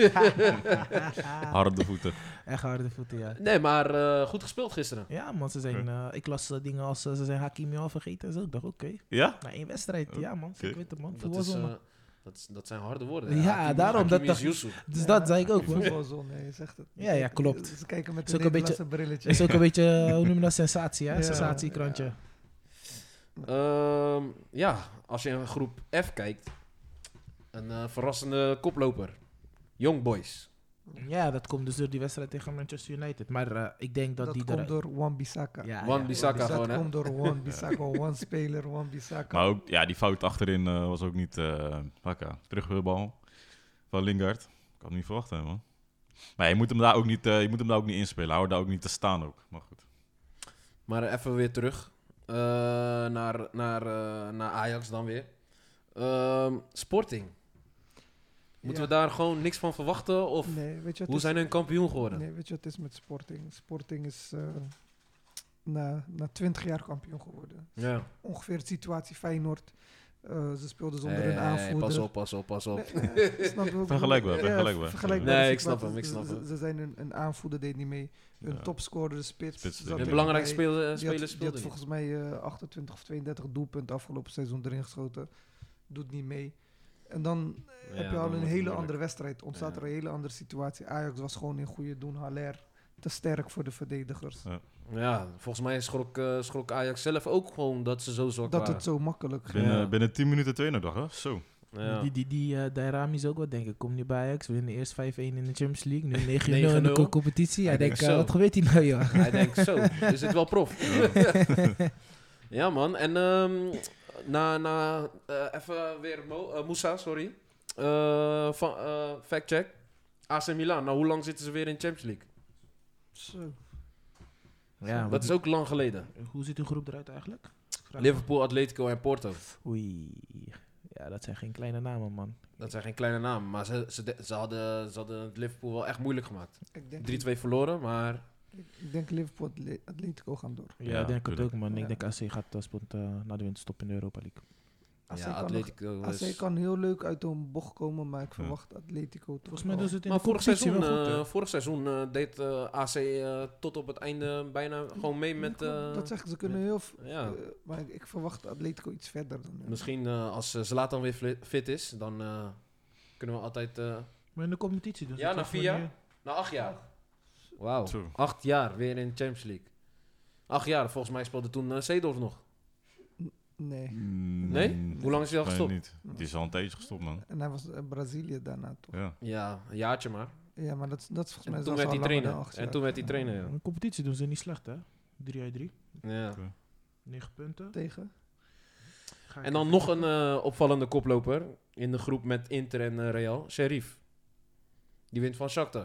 Harde voeten. Echt harde voeten, ja. Nee, maar goed gespeeld gisteren. Ja, man. Ze zijn, ik las dingen als ze zijn Hakimi al vergeten en zo. Ik dacht, oké. Ja? Na 1 wedstrijd, ja, man. Zeker weten, man. Voetbalzone. Dat zijn harde woorden. Ja, Hakimi- daarom, Hakimi dat is dacht- Yusuf. Dus dat zei ik ook, man. Voetbalzone, je zegt het. Ja, klopt. Ze kijken met Is een ook een Nederlandse brilletje. Is ook een beetje, hoe noem je dat, sensatie, hè? Ja, Sensatiekrantje. Ja, als je in groep F kijkt, een verrassende koploper. Young Boys. Ja, dat komt dus door die wedstrijd tegen Manchester United. Maar ik denk dat die komt door Wan-Bissaka. Ja, Wan-Bissaka Dat gewoon, hè? komt door Wan-Bissaka. One speler, Wan-Bissaka. Maar ook, ja, die fout achterin was ook niet... Terugbal van Lingard. Ik had het niet verwacht, hè, man. Maar je moet hem daar ook niet, je moet hem daar ook niet inspelen. Hou daar ook niet te staan ook. Maar goed. Maar even weer terug. Naar Ajax dan weer. Sporting. Moeten Ja. we daar gewoon niks van verwachten? Of Nee, weet je, hoe zijn hun kampioen geworden? Nee, weet je wat het is met Sporting? Sporting is na 20 jaar kampioen geworden. Ja. Ongeveer de situatie Feyenoord. Ze speelden zonder een aanvoerder. Pas op. Nee, snap je wat ik Vergelijkbaar, bedoel? vergelijkbaar. vergelijkbare Nee, ik situatie. snap hem, ik snap hem. Ze zijn een aanvoerder, deed niet mee. Een Ja. topscorer, de spits. Spits zat deed De niet. belangrijke erbij. spelers Die had speelden niet. volgens mij 28 of 32 doelpunten afgelopen seizoen erin geschoten. Doet niet mee. En dan heb je dan al een wordt het hele moeilijk. andere wedstrijd. Ontstaat er een hele andere situatie. Ajax was gewoon in goede doen. Haller te sterk voor de verdedigers. Ja, volgens mij schrok Ajax zelf ook gewoon dat ze zo zwak Dat waren. het zo makkelijk Binnen 10 minuten 2-0 dag, hè? Zo. Ja. Die Dairami is ook wat, denk ik. Komt nu bij Ajax, we winnen eerst 5-1 in de Champions League, nu 9-0 in de 9-0. competitie. Hij Hij denkt, denkt zo. wat gebeurt hier nou, joh? Hij denkt zo, is het wel prof. Ja man, en even weer Moussa, sorry. Fact check. AC Milan, nou hoe lang zitten ze weer in Champions League? Zo. Ja, Dat is ook lang geleden. hoe ziet uw groep eruit eigenlijk? Liverpool, Atletico en Porto. Oei. Ja, dat zijn geen kleine namen, man. Dat zijn geen kleine namen, maar ze hadden het Liverpool wel echt moeilijk gemaakt. Ik denk, 3-2 verloren, maar ik denk Liverpool Atletico gaan door. Ja, Ja, ik denk het tuurlijk. ook, man. Ja. Ik denk AC gaat na de winterstop in de Europa League. AC ja, kan nog- Atletico AC is... kan heel leuk uit een bocht komen, maar ik verwacht Atletico toch Volgens mij wel. doen ze het in Maar de vorig competitie seizoen, wel goed, hè? vorig seizoen deed AC tot op het einde bijna gewoon mee met... dat zeggen ze kunnen met- heel ja. maar ik verwacht Atletico iets verder dan. Misschien als Zlatan weer fit is, dan kunnen we altijd... Maar in de competitie doen ze Ja, het na toch 4 gewoon jaar? Na 8 jaar. Wauw, Zo. 8 jaar weer in de Champions League. 8 jaar, volgens mij speelde toen Seedorf nog. Nee. Nee? Hoe lang is hij al gestopt? Niet. Die is al een tijdje gestopt, man. En hij was Brazilië daarna toch? Ja. Ja, een jaartje maar. Ja, maar dat is volgens mij En toen zelfs werd al hij langer trainer. dan 8 En jaar. toen werd hij trainer, ja. In de competitie doen ze niet slecht, hè? 3 uit 3. Ja. 9 punten. Tegen? Ga ik En dan even nog kijken. een opvallende koploper in de groep met Inter en Real, Sheriff. Die wint van Shakhtar.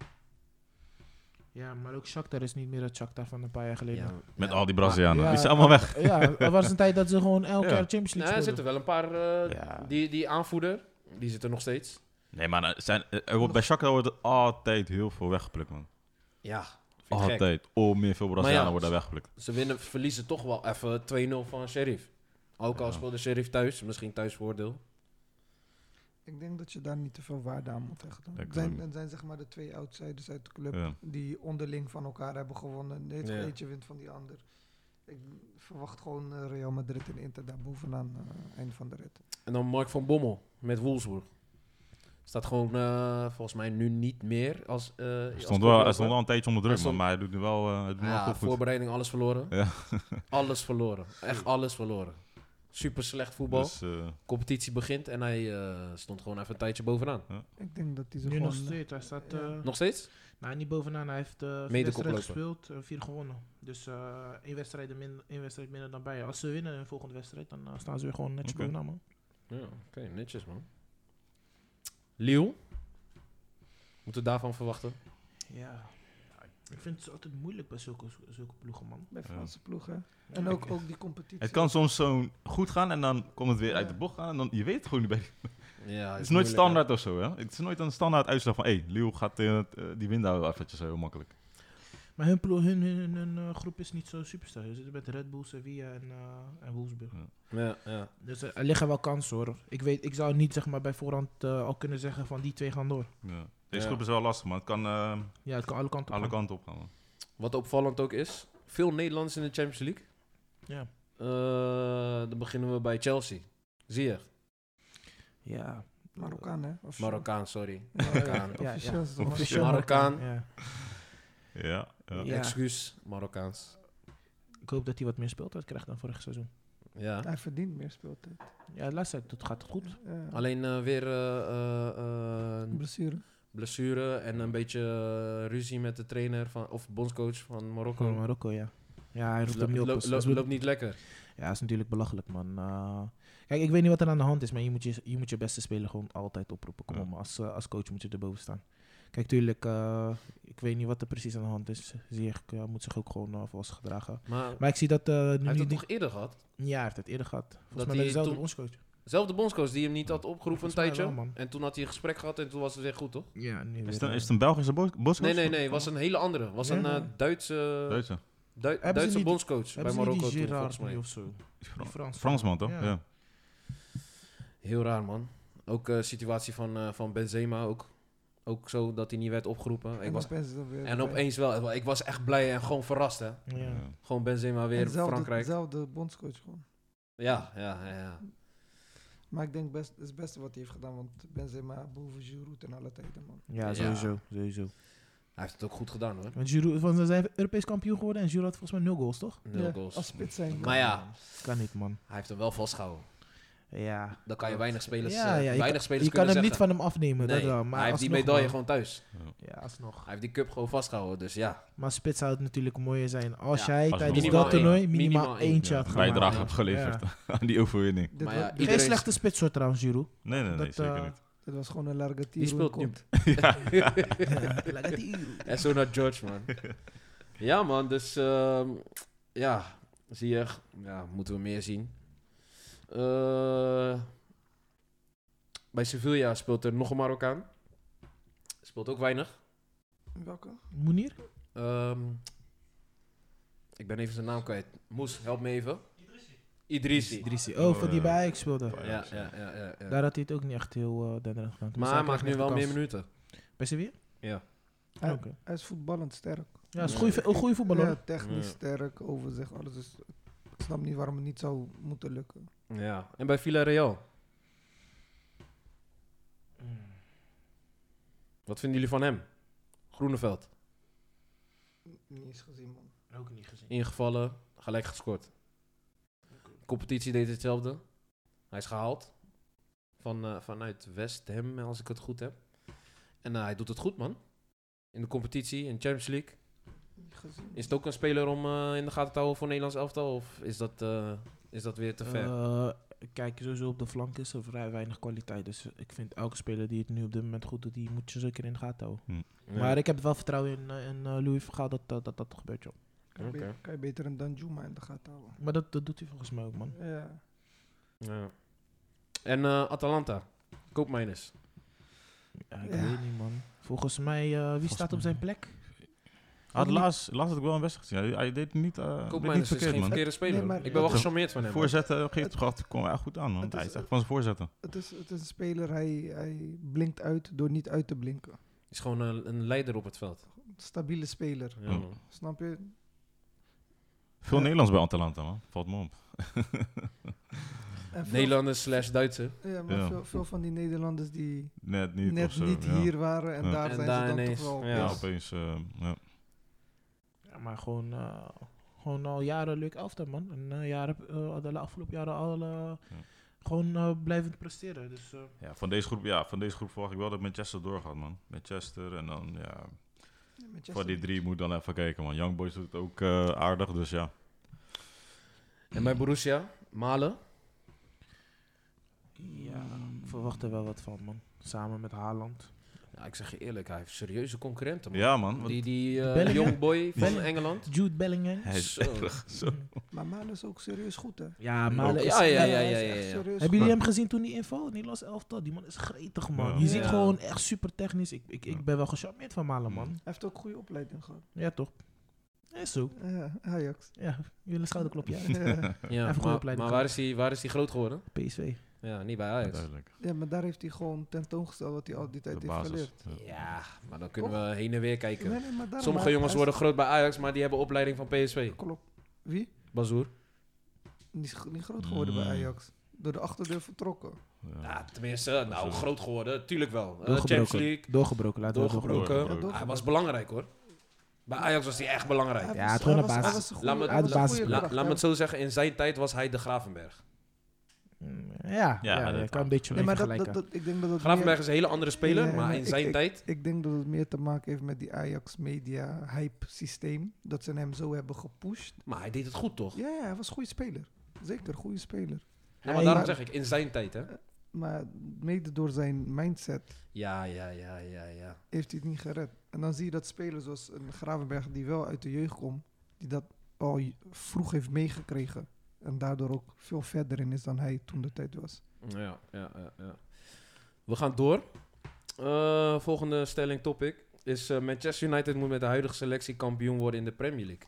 Ja, maar ook Shakhtar is niet meer het Shakhtar van een paar jaar geleden. Met al die Brazilianen. Ja, Die zijn allemaal weg. Ja, er was een tijd dat ze gewoon elk Ja. jaar Champions League Nee, er speelden. zitten wel een paar... Ja. Die aanvoerder, die zit er nog steeds. Nee, maar bij Shakhtar wordt er altijd heel veel weggeplukt, man. Ja, vind ik gek. Altijd. Meer veel Brazilianen Maar ja, worden weggeplukt. Ze verliezen toch wel even 2-0 van Sheriff. Ook al Ja. speelde Sheriff thuis, misschien thuisvoordeel. Ik denk dat je daar niet te veel waarde aan moet hechten. Ik Het zijn zeg maar de twee outsiders uit de club Ja. die onderling van elkaar hebben gewonnen. Ja. Eentje wint van die ander. Ik verwacht gewoon Real Madrid en Inter daar bovenaan einde van de rit. En dan Mark van Bommel met Wolfsburg. Staat gewoon volgens mij nu niet meer als Hij als stond koploper. wel een tijdje onder druk, Hij stond- man. Maar hij doet nu wel, hij doet nu wel Ja, goed. voorbereiding alles verloren. Ja. Alles verloren. Echt alles verloren. Super slecht voetbal. Dus, Competitie begint en hij stond gewoon even een tijdje bovenaan. Ik denk dat hij ze Nu gewoon... nog steeds. Hij staat Nog steeds? nou, niet bovenaan. Hij heeft 4 Mede wedstrijden koploper. gespeeld, 4 gewonnen. Dus 1 wedstrijd minder dan bij. Als ze winnen in de volgende wedstrijd, dan staan ze weer gewoon netjes Oké. bovenaan, man. Ja, oké, netjes man. Lille? Moeten we daarvan verwachten? Ja. Ik vind het altijd moeilijk bij zulke ploegen, man. Bij Ja. Franse ploegen. En ook die competitie. het kan soms zo goed gaan en dan komt het weer Ja. uit de bocht gaan. En dan, je weet het gewoon niet bij. Ja, Het is nooit standaard of zo, hè? Het is nooit een standaard uitslag van, Lille gaat die wint daar wel eventjes heel makkelijk. Maar hun, hun groep is niet zo superster. Ze zitten met Red Bull, Sevilla en Wolfsburg. Ja. Dus er liggen wel kansen, hoor. Ik zou niet zeg maar, bij voorhand al kunnen zeggen van die 2 gaan door. Ja. Deze Ja. groep is wel lastig, maar het kan Ja, het kan alle kanten op alle gaan. kanten op gaan. Man. Wat opvallend ook is, veel Nederlanders in de Champions League. Ja. Dan beginnen we bij Chelsea. Zie je? Ja. Marokkaan, hè? Officieel. Marokkaan, sorry. Ja, Marokkaan. Ja, officieel is het Officieel. Marokkaan. Marokkaan. Ja. Ja. Ja. Excuus, Marokkaans. Ik hoop dat hij wat meer speeltijd krijgt dan vorig seizoen. Ja. Hij verdient meer speeltijd. Ja, de laatste tijd gaat het goed. Ja. Alleen weer Blessure. blessure en een beetje ruzie met de trainer of bondscoach van Marokko. Gewoon Marokko, ja. Ja, hij roept hem niet op. Loopt niet lekker. Ja, dat is natuurlijk belachelijk, man. Kijk, ik weet niet wat er aan de hand is, maar je moet je beste speler gewoon altijd oproepen. Kom Ja. op, als coach moet je erboven staan. Kijk, tuurlijk, ik weet niet wat er precies aan de hand is. Ziyech moet zich ook gewoon volgens gedragen. Maar ik zie dat hij nu heeft het niet... toch eerder gehad? Ja, hij heeft het eerder gehad. Volgens Dat mij hij met dezelfde toen- bondscoach. Zelfde bondscoach die hem niet had opgeroepen een Volgens mij tijdje. wel, man. En toen had hij een gesprek gehad en toen was het weer goed, toch? Ja, nu Is weer, het een Belgische bondscoach? Nee. Het was een hele andere. Het was Ja. een Duitse Hebben ze niet- bondscoach bij Hebben ze niet Marokko die toen, volgens Gerard mij. of zo? Die Fransman, toch? Ja. Ja. Heel raar, man. Ook de situatie van Benzema ook. Ook zo dat hij niet werd opgeroepen. En opeens wel. Ik was echt blij en gewoon verrast, hè. Ja. Ja. Gewoon Benzema weer Frankrijk. Dezelfde bondscoach gewoon. Ja. Maar ik denk het beste wat hij heeft gedaan, want Benzema boven Giroud en alle tijden, man. Ja, sowieso. Hij heeft het ook goed gedaan, hoor. Want Giroud, want ze zijn Europees kampioen geworden en Giroud had volgens mij 0 goals, toch? 0 goals. Als spits zijn. Maar ja, Kan niet, man. hij heeft hem wel vastgehouden. Ja. Dan kan je weinig spelers, Ja, je weinig spelers je kan hem kunnen niet zeggen. van hem afnemen, Nee, dat wel. Maar hij heeft die alsnog, medaille man. gewoon thuis. Ja, alsnog. Hij heeft die cup gewoon vastgehouden, dus ja. Maar spits zou het natuurlijk mooier zijn als Ja, jij als tijdens minimaal dat toernooi één. minimaal Minimaal één. eentje Ja, had gemaakt. bijdrage Ja. hebt geleverd Ja. aan die overwinning. Dit, Maar ja, wa- iedereen- Geen slechte spits hoor trouwens, Giroud. Nee, Dat, zeker niet. dit was gewoon een Largatier. Die speelt nu. Lagatier. En zo naar George, man. Ja, man, dus ja, zie je, ja, moeten we meer zien. Bij Sevilla speelt er nog een Marokkaan. Speelt ook weinig. Welke? Moenier? Ik ben even zijn naam kwijt. Moes, help me even. Idrissi. Idrissi. Oh, van die bij Ajax speelde. Ja. Daar had hij het ook niet echt heel denderend gedaan. Maar hij maakt nu wel meer minuten. Bij Sevilla? Ja. Oké. Hij is voetballend sterk. Ja, is een goede voetballer. Ja, technisch Ja. sterk, overzicht, alles. Dus ik snap niet waarom het niet zou moeten lukken. Ja. En bij Villarreal. Wat vinden jullie van hem? Groeneveld. Niet eens gezien, man. Ook niet gezien. Ingevallen, gelijk gescoord. Competitie deed hetzelfde. Hij is gehaald. Vanuit West Ham, als ik het goed heb. En hij doet het goed, man. In de competitie, in de Champions League. Niet gezien. Is het ook een speler om in de gaten te houden voor Nederlands elftal? Of is dat weer te ver? Kijk, sowieso op de flank is er vrij weinig kwaliteit. Dus ik vind elke speler die het nu op dit moment goed doet, die moet je zeker in de gaten houden. Ja. Maar ik heb wel vertrouwen in Louis van Gaal dat gebeurt, joh. Oké. Kan je beter een Danjuma in de gaten houden. Maar dat doet hij volgens mij ook, man. Ja. Ja. En Atalanta. Koopmijners. Ja, ik Ja. weet niet, man. Volgens mij, wie staat op zijn plek? Laatst had ik wel een wedstrijd gezien. Hij deed het niet, deed niet Koopmijners is verkeerd, geen man. verkeerde speler. Nee, maar- Ik ben wel gecharmeerd van hem. man. Voorzetten, geeft gehad, kwam echt goed aan, man. Het is- Hij is echt van zijn voorzetten. Het is een speler, hij blinkt uit door niet uit te blinken. Is gewoon een leider op het veld. Stabiele speler, Ja, man. snap je? Veel Nederlands bij Atalanta, man. Valt me op. En veel- Nederlanders / Duitser. Ja, maar Ja. Veel van die Nederlanders die Net niet of net zo. niet ja. hier waren en Ja. daar En zijn daar ze dan ineens, toch wel. ja. Ja, opeens. Ja. Ja, maar gewoon al jaren leuk elftal, man. En de afgelopen jaren al gewoon blijvend presteren. Dus, Ja, van deze groep verwacht ik wel dat Manchester doorgaat, man. Manchester en dan, ja... Voor die drie moet dan even kijken, man. Young Boys doet het ook aardig, dus ja. En bij Borussia, Malen. ja, ik verwacht er wel wat van, man. Samen met Haaland. Ja, ik zeg je eerlijk, hij heeft serieuze concurrenten, man. Ja, man. want Die Bellingham? young boy van Bellingham? Engeland. Jude Bellingham. hij is Zo. erg. Zo. Maar Malen is ook serieus goed, hè? Ja, Malen is... Ja, ja, ja, Hij ja, is ja, echt ja. serieus Hebben jullie goed. hem gezien toen hij inval? Nederlands elftal. Die man is gretig, man. Ja. Je ziet Ja. gewoon echt super technisch. Ik ben wel gecharmeerd van Malen, man. Hij heeft ook goede opleiding gehad. Ja, toch? Ja, is zo. Ja, Ajax. Ja, jullie schouderklopje. Ja. Ja. Ja, Even goede maar opleiding waar is hij groot geworden? PSV. Ja, niet bij Ajax. Duidelijk. Ja, maar daar heeft hij gewoon tentoongesteld wat hij al die tijd De heeft basis. geleerd. Ja, maar dan kunnen we heen en weer kijken. Nee, maar daarom, Sommige hij- jongens hij is- worden groot bij Ajax, maar die hebben opleiding van PSV. Klopt. Wie? Bazoer. Niet groot geworden bij Ajax. Door de achterdeur vertrokken. Ja, tenminste, nou, groot geworden. Tuurlijk wel. Champions Doorgebroken. League, Doorgebroken, laten we doorgebroken. Doorgebroken. Hij was belangrijk, hoor. Bij Ajax was hij echt belangrijk. Hij Ja, was- het gewoon hij een was- basis. hij was een Laat goeie- me- hij was een laat- goeie laat- kracht, Laat me hè. het zo zeggen, in zijn tijd was hij de Gravenberg. Ja, dat kan kan. een beetje Nee, maar vergelijken. ik denk dat het Gravenberg is een hele andere speler, Ja, maar maar in zijn ik- tijd... Ik denk dat het meer te maken heeft met die Ajax media hype systeem. Dat ze hem zo hebben gepusht. Maar hij deed het goed, toch? Ja, hij was een goede speler. Zeker, goede speler. Ja, maar Hij- daarom zeg ik, in zijn tijd, hè? Maar mede door zijn mindset Ja. heeft hij het niet gered. En dan zie je dat spelers zoals een Gravenberg die wel uit de jeugd komt, die dat al vroeg heeft meegekregen. En daardoor ook veel verder in is dan hij toen de tijd was. Ja. We gaan door. Volgende stelling topic is Manchester United moet met de huidige selectie kampioen worden in de Premier League.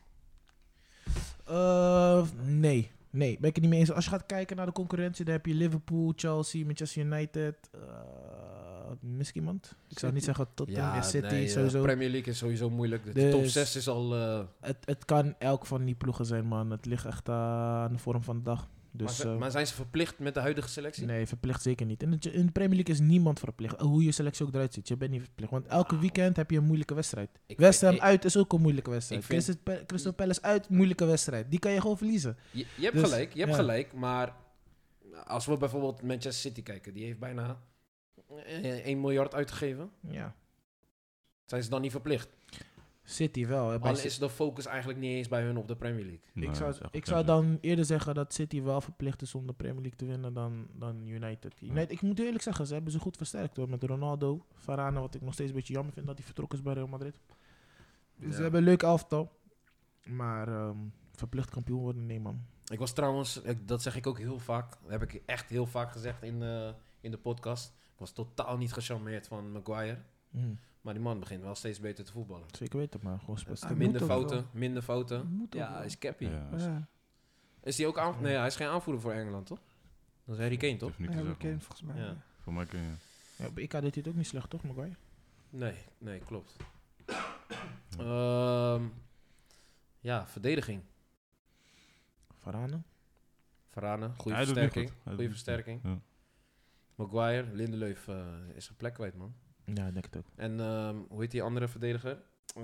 Nee, ben ik het niet mee eens. Als je gaat kijken naar de concurrentie, dan heb je Liverpool, Chelsea, Manchester United. Mis iemand? Ik zou niet zeggen Tottenham, City sowieso. Premier League is sowieso moeilijk. De Dus top 6 is al... Het kan elk van die ploegen zijn, man. Het ligt echt aan de vorm van de dag. Dus, maar zijn ze verplicht met de huidige selectie? Nee, verplicht zeker niet. In de Premier League is niemand verplicht. Hoe je selectie ook eruit ziet. Je bent niet verplicht. Want elke weekend heb je een moeilijke wedstrijd. West Ham uit is ook een moeilijke wedstrijd. Crystal Palace uit, moeilijke wedstrijd. Die kan je gewoon verliezen. Je hebt gelijk, gelijk. Maar als we bijvoorbeeld Manchester City kijken. Die heeft bijna 1 miljard uitgegeven. Ja. Zijn ze dan niet verplicht? City wel. Al is de focus eigenlijk niet eens bij hun op de Premier League. Nee, ik zou dan eerder zeggen dat City wel verplicht is om de Premier League te winnen dan United. Ik moet eerlijk zeggen, ze hebben ze goed versterkt hoor. Met Ronaldo, Varane, wat ik nog steeds een beetje jammer vind dat hij vertrokken is bij Real Madrid. Dus ze hebben een leuk elftal. Maar verplicht kampioen worden, nee man. Ik was trouwens, dat zeg ik ook heel vaak. Dat heb ik echt heel vaak gezegd in de podcast. Ik was totaal niet gecharmeerd van Maguire. Maar die man begint wel steeds beter te voetballen. Zeker weten, maar gewoon spelen. Minder fouten. Ja, hij is cappy. Ja. Is hij ook Nee, hij is geen aanvoerder voor Engeland, toch? Dat is Harry Kane, toch? Harry Kane, volgens mij. Ja. Voor mij kun je... Ja, op EK deed hij het ook niet slecht, toch, Maguire? Nee, klopt. Verdediging. Varane, goede versterking. Ja. Maguire, Lindelöf is zijn plek kwijt, man. Ja, ik denk het ook. En hoe heet die andere verdediger?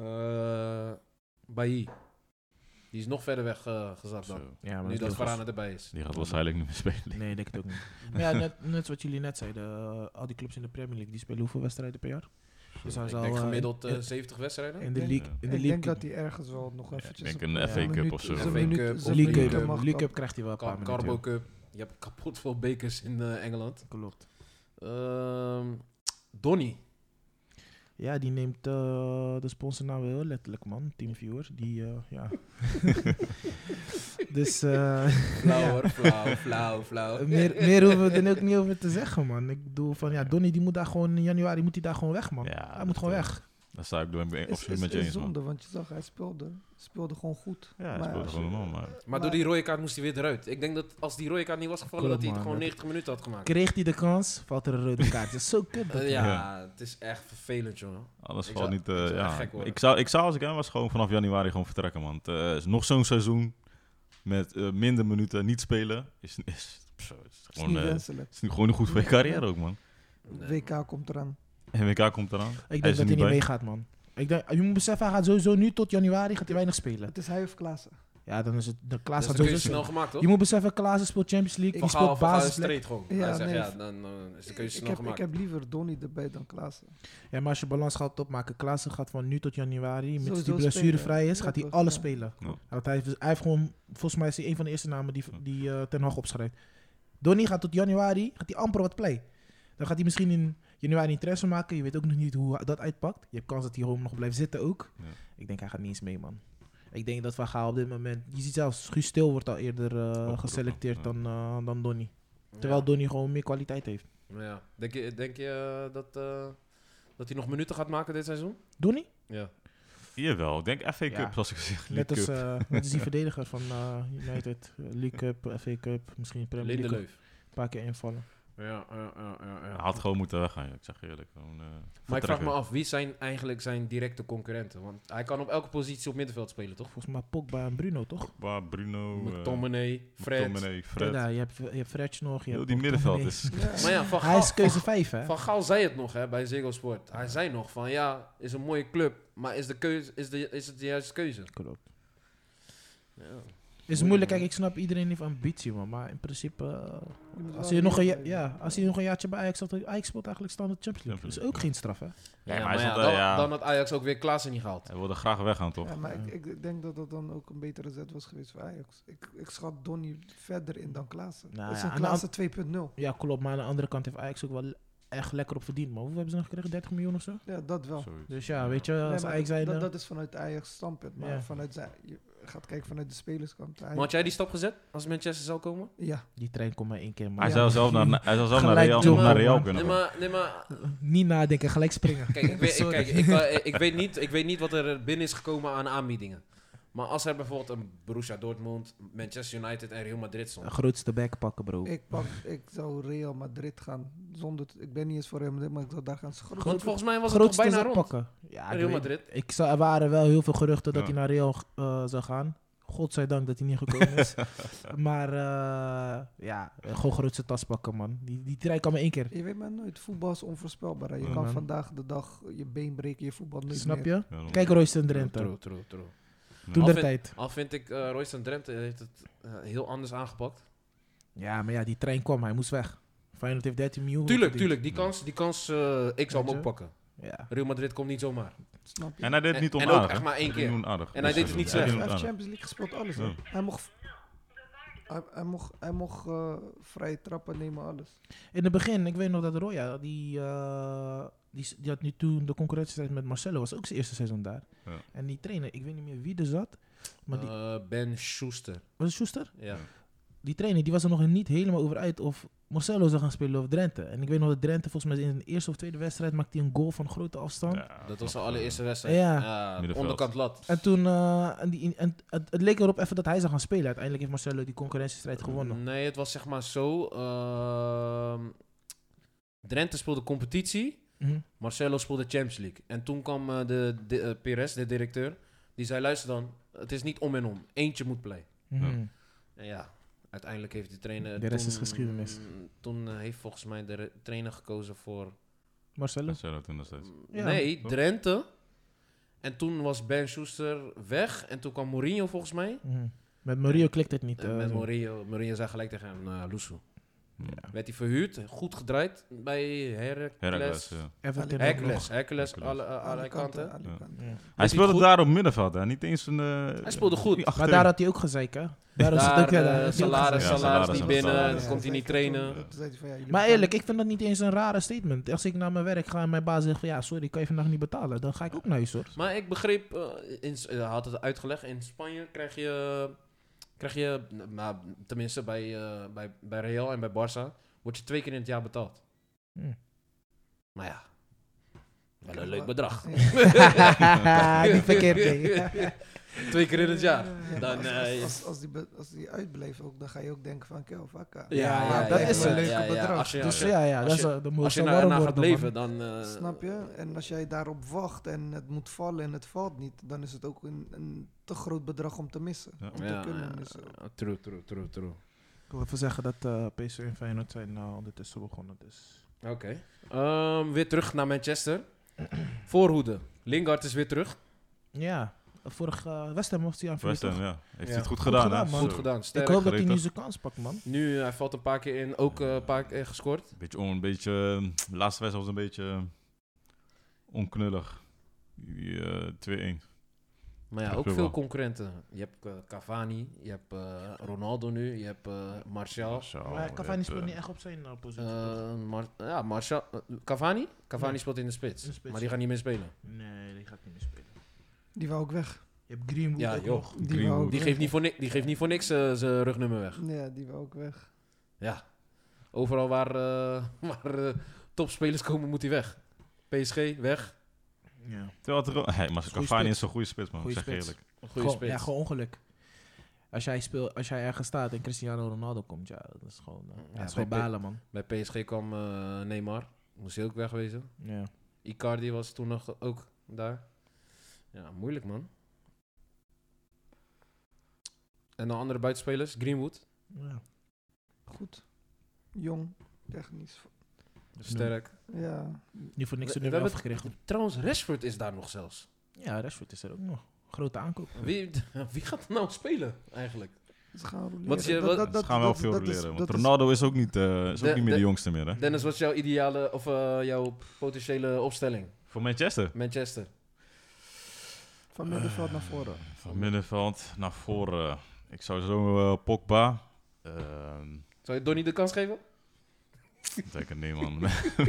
Bailly. Die is nog verder weg gezakt dan. Ja, nu dat Varane erbij is. Die gaat waarschijnlijk niet meer spelen. Nee, ik denk het ook niet. Maar ja, net wat jullie net zeiden. Al die clubs in de Premier League, die spelen hoeveel wedstrijden per jaar? Dus ik denk gemiddeld 70 wedstrijden. In de league. Ik denk dat hij ergens wel nog eventjes... Ik denk een FA Cup of zo. League Cup krijgt hij wel een paar minuten. Carbo Cup. Je hebt kapot veel bekers in Engeland. Klopt. Donny. Ja, die neemt de sponsor nou heel letterlijk, man. TeamViewer. Die, ja. Dus... Flauw. Meer hoeven we er ook niet over te zeggen, man. Ik bedoel van, ja, Donny die moet daar gewoon in januari weg, man. Ja, hij moet gewoon weg. Daar sta ik absoluut met je eens, zonde, want je zag, hij speelde gewoon goed. Ja, hij speelde gewoon normaal, maar door die rode kaart moest hij weer eruit. Ik denk dat als die rode kaart niet was gevallen, dat hij het gewoon 90 minuten had gemaakt. Kreeg hij de kans, valt er een rode kaart. Dat is zo kut. Het is echt vervelend, jongen. Alles valt niet... Ik zou als ik hem was gewoon vanaf januari gewoon vertrekken, man. Het is nog zo'n seizoen met minder minuten niet spelen. Is gewoon goed voor je carrière ook, man. WK komt eraan. En WK komt eraan. Ik denk dat hij niet meegaat, man. Je moet beseffen, hij gaat sowieso nu tot januari gaat hij weinig spelen. Het is hij of Klaassen. Ja, dan is het... De Klaas gaat sowieso snel gemaakt, toch? Je moet beseffen, Klaassen speelt Champions League. Die speelt basisplek. Dan is de keuze snel gemaakt. Ik heb liever Donny erbij dan Klaassen. Ja, maar als je balans gaat opmaken, Klaassen gaat van nu tot januari, mits die blessurevrij is, gaat hij alles spelen. Ja. Want hij heeft gewoon, volgens mij is hij een van de eerste namen die Ten Hag opschrijft. Donny gaat tot januari, gaat hij amper wat play. Dan gaat hij misschien in januari een transfer maken. Je weet ook nog niet hoe dat uitpakt. Je hebt kans dat hij gewoon nog blijft zitten ook. Ja. Ik denk hij gaat niet eens mee, man. Ik denk dat Van Gaal op dit moment... Je ziet zelfs, Guus Stil wordt al eerder geselecteerd dan Donny. Terwijl Donny gewoon meer kwaliteit heeft. Ja. Denk je dat hij nog minuten gaat maken dit seizoen? Donny? Ja. Jawel, ik denk FA Cup, zoals ik zeg. Net als die verdediger van United. League Cup, FA Cup, misschien Premier League. Lindelöf. Een paar keer invallen. Ja. Hij had gewoon moeten weggaan, ik zeg eerlijk. Maar ik vraag me af, wie zijn eigenlijk zijn directe concurrenten? Want hij kan op elke positie op middenveld spelen, toch? Volgens mij Pogba en Bruno, toch? Pogba, Bruno... McTominay, Fred. Ja, je hebt Fred nog. Je hebt die middenveld is... Maar ja, hij is keuze 5, hè? Van Gaal zei het nog bij Ziggo Sport. Hij zei nog van, is een mooie club, maar is het de juiste keuze? Klopt. Ja. Is moeilijk, kijk, ik snap iedereen heeft ambitie, man. Maar in principe, als je nog een jaartje bij Ajax zat, Ajax speelt eigenlijk standaard Champions League. Dat is ook geen straf, hè? Ja, maar dan had Ajax ook weer Klaassen niet gehaald. Hij wilde graag weggaan, toch? Ja, maar ik denk dat dat dan ook een betere zet was geweest voor Ajax. Ik schat Donny verder in dan Klaassen. Nou Dat is ja, een aan Klaassen 2.0. Ja, klopt. Maar aan de andere kant heeft Ajax ook wel echt lekker op verdiend. Maar hoeveel hebben ze nog gekregen? 30 miljoen of zo? Ja, dat wel. Zoiets. Dus ja, weet je, als Nee, maar Ajax zijn... dat is vanuit Ajax standpunt. Maar Ja. vanuit je gaat kijken vanuit de spelerskant. Maar had jij die stap gezet als Manchester zou komen? Ja. Die trein komt maar 1 keer, man. Hij zou zelf naar Gelijk Real, jumpen, naar Real man. kunnen. Nee, maar Niet nadenken, gelijk springen. kijk, Sorry. ik weet niet wat er binnen is gekomen aan aanbiedingen. Maar als er bijvoorbeeld een Borussia Dortmund, Manchester United en Real Madrid stond. De grootste bek pakken, bro. Ik zou Real Madrid gaan. Ik ben niet eens voor Real Madrid, maar ik zou daar gaan. Want volgens mij was het toch grootste bijna zak rond. pakken. Ja, Real Madrid. Er waren wel heel veel geruchten dat Ja. hij naar Real zou gaan. Godzijdank dat hij niet gekomen is. Maar gewoon grootste tas pakken, man. Die trein kan maar 1 keer. Je weet maar nooit, voetbal is onvoorspelbaar. Hè. Je Ja, kan man. vandaag de dag je been breken, je voetbal nooit Snap meer. je? Ja, dan- Kijk, Royce en Drenthe. True. Toen Al der vind- tijd. Al vind ik Royce en Drenthe heeft het heel anders aangepakt. Ja, maar ja, die trein kwam. Hij moest weg. Feyenoord heeft 13 miljoen Tuurlijk, verdiend. die kans ik zou hem ook pakken. Ja. Real Madrid komt niet zomaar. Snap je? En hij deed het niet En onaardig. ook echt maar 1 Hij deed keer. niet onaardig. En hij deed het niet Hij slecht. deed Hij het heeft onaardig. Champions League gespeeld, alles. Ja. Hè. Hij mocht vrije trappen nemen, alles. In het begin, ik weet nog dat Roya, die had nu toen de concurrentiestrijd met Marcelo, was ook zijn eerste seizoen daar. Ja. En die trainer, ik weet niet meer wie er zat, maar Ben Schuster. was het Schuster? Ja. Die trainer, die was er nog niet helemaal over uit of Marcelo zou gaan spelen of Drenthe. En ik weet nog dat Drenthe volgens mij in de eerste of tweede wedstrijd maakte hij een goal van grote afstand. Ja, Dat was zijn allereerste wedstrijd. Ja. Middenveld. Onderkant lat. En toen, het leek erop even dat hij zou gaan spelen. Uiteindelijk heeft Marcelo die concurrentiestrijd gewonnen. Nee, het was zeg maar zo. Drenthe speelde competitie. Mhm. Marcelo speelde Champions League. En toen kwam Perez, de directeur. Die zei, luister dan. Het is niet om en om. Eentje moet play. Mhm. En ja, uiteindelijk heeft de trainer... De rest is geschiedenis. Toen heeft volgens mij de trainer gekozen voor... Marcelo? Marcelo toen destijds. Ja. Nee, Drenthe. En toen was Ben Schuster weg. En toen kwam Mourinho volgens mij. Mhm. Met Mourinho klikt het niet. En met zo. Mourinho zei gelijk tegen hem, Lusu. Ja. Werd hij verhuurd, goed gedraaid bij Heracles, Heracles. ja. Everton ook Hercules, nog. Hercules, Hercules. alle kanten. Ja. Ja. Hij speelde goed? daar op middenveld, hè? Niet eens een... Hij speelde goed. Maar daar had hij ook gezeik, hè? Daar is het ook, ja, daar is hij ook salaris, gezeik. salaris niet en binnen, salaris. dan komt hij niet trainen. Maar eerlijk, ik vind dat niet eens een rare statement. Als ik naar mijn werk ga en mijn baas zegt van ja, sorry, kan je vandaag niet betalen, dan ga ik ook naar huis, hoor. Maar ik begreep, hij had het uitgelegd, in Spanje krijg je nou, tenminste bij Real en bij Barça, word je 2 keer in het jaar betaald. Hm. Maar ja, wel een leuk bedrag. Niet verkeerd, nee. 2 keer in het jaar. Dan, Als die uitblijft ook, dan ga je ook denken van, kijk, vakka. Ja, dat is een het. leuke bedrag. Dus ja, dat is als de als je warm daarna gaat worden, leven, man. dan... Snap je? En als jij daarop wacht en het moet vallen en het valt niet, dan is het ook een te groot bedrag om te missen. Ja. Om te kunnen missen. True. Ik wil even zeggen dat PSV en Feyenoord zijn ondertussen begonnen. Dus. Oké. Weer terug naar Manchester. Voorhoede. Lingard is weer terug. Ja, vorig West Ham mocht hij aan West Ham, toch? ja. Heeft Ja. hij het goed Goed gedaan, gedaan, hè? man. Goed Zo. gedaan. Ik Sterk. hoop dat hij gretig. nu zijn kans pakt, man. Nu, hij valt een paar keer in. Ook een paar keer gescoord. Een beetje, de laatste wedstrijd was een beetje onknullig. 2-1. Maar ja, Ja, ook klopt veel wel. concurrenten. Je hebt Cavani, je hebt Ronaldo nu, je hebt Martial. Maar Cavani speelt niet echt op zijn positie. Martial. Cavani? Cavani Nee. speelt in de spits. In de spits. Maar die gaat niet meer spelen. Nee, die gaat niet meer spelen. Die wou ook weg. Je hebt Greenwood Ja, ook joh. nog. Die Greenwood. wou ook Die weg. geeft niet voor niks zijn rugnummer weg. Ja, die wou ook weg. Ja. Overal waar topspelers komen, moet hij weg. PSG, weg. Ja. Terwijl het maar Goeie Cavani spits. is een goede spits, man. Goeie Ik zeg je spits. eerlijk. Een goede Gewoon, spits. ja, gewoon ongeluk. Als jij ergens staat en Cristiano Ronaldo komt, ja, dat is gewoon, Ja, dat is gewoon bij balen, man. Bij PSG kwam Neymar. Moest hij ook wegwezen. Ja. Icardi was toen nog ook daar. Ja, moeilijk, man. En de andere buitenspelers? Greenwood. Ja. Goed. Jong. Technisch. Sterk. Ja. Niet voor niks We er nu hebben afgekregen. Trouwens, Rashford is daar nog zelfs. Ja, Rashford is er ook nog. Grote aankoop. Wie gaat er nou spelen, eigenlijk? Ze gaan roleren. Wat is je- Ze gaan wel veel leren. Want Ronaldo is ook niet meer de jongste meer, hè? Dennis, wat is jouw ideale of jouw potentiële opstelling? Voor Manchester? Manchester. Van middenveld naar voren. Van middenveld naar voren. Ik zou zo Pogba. Zou je Donny de kans geven? Zeker nee, man.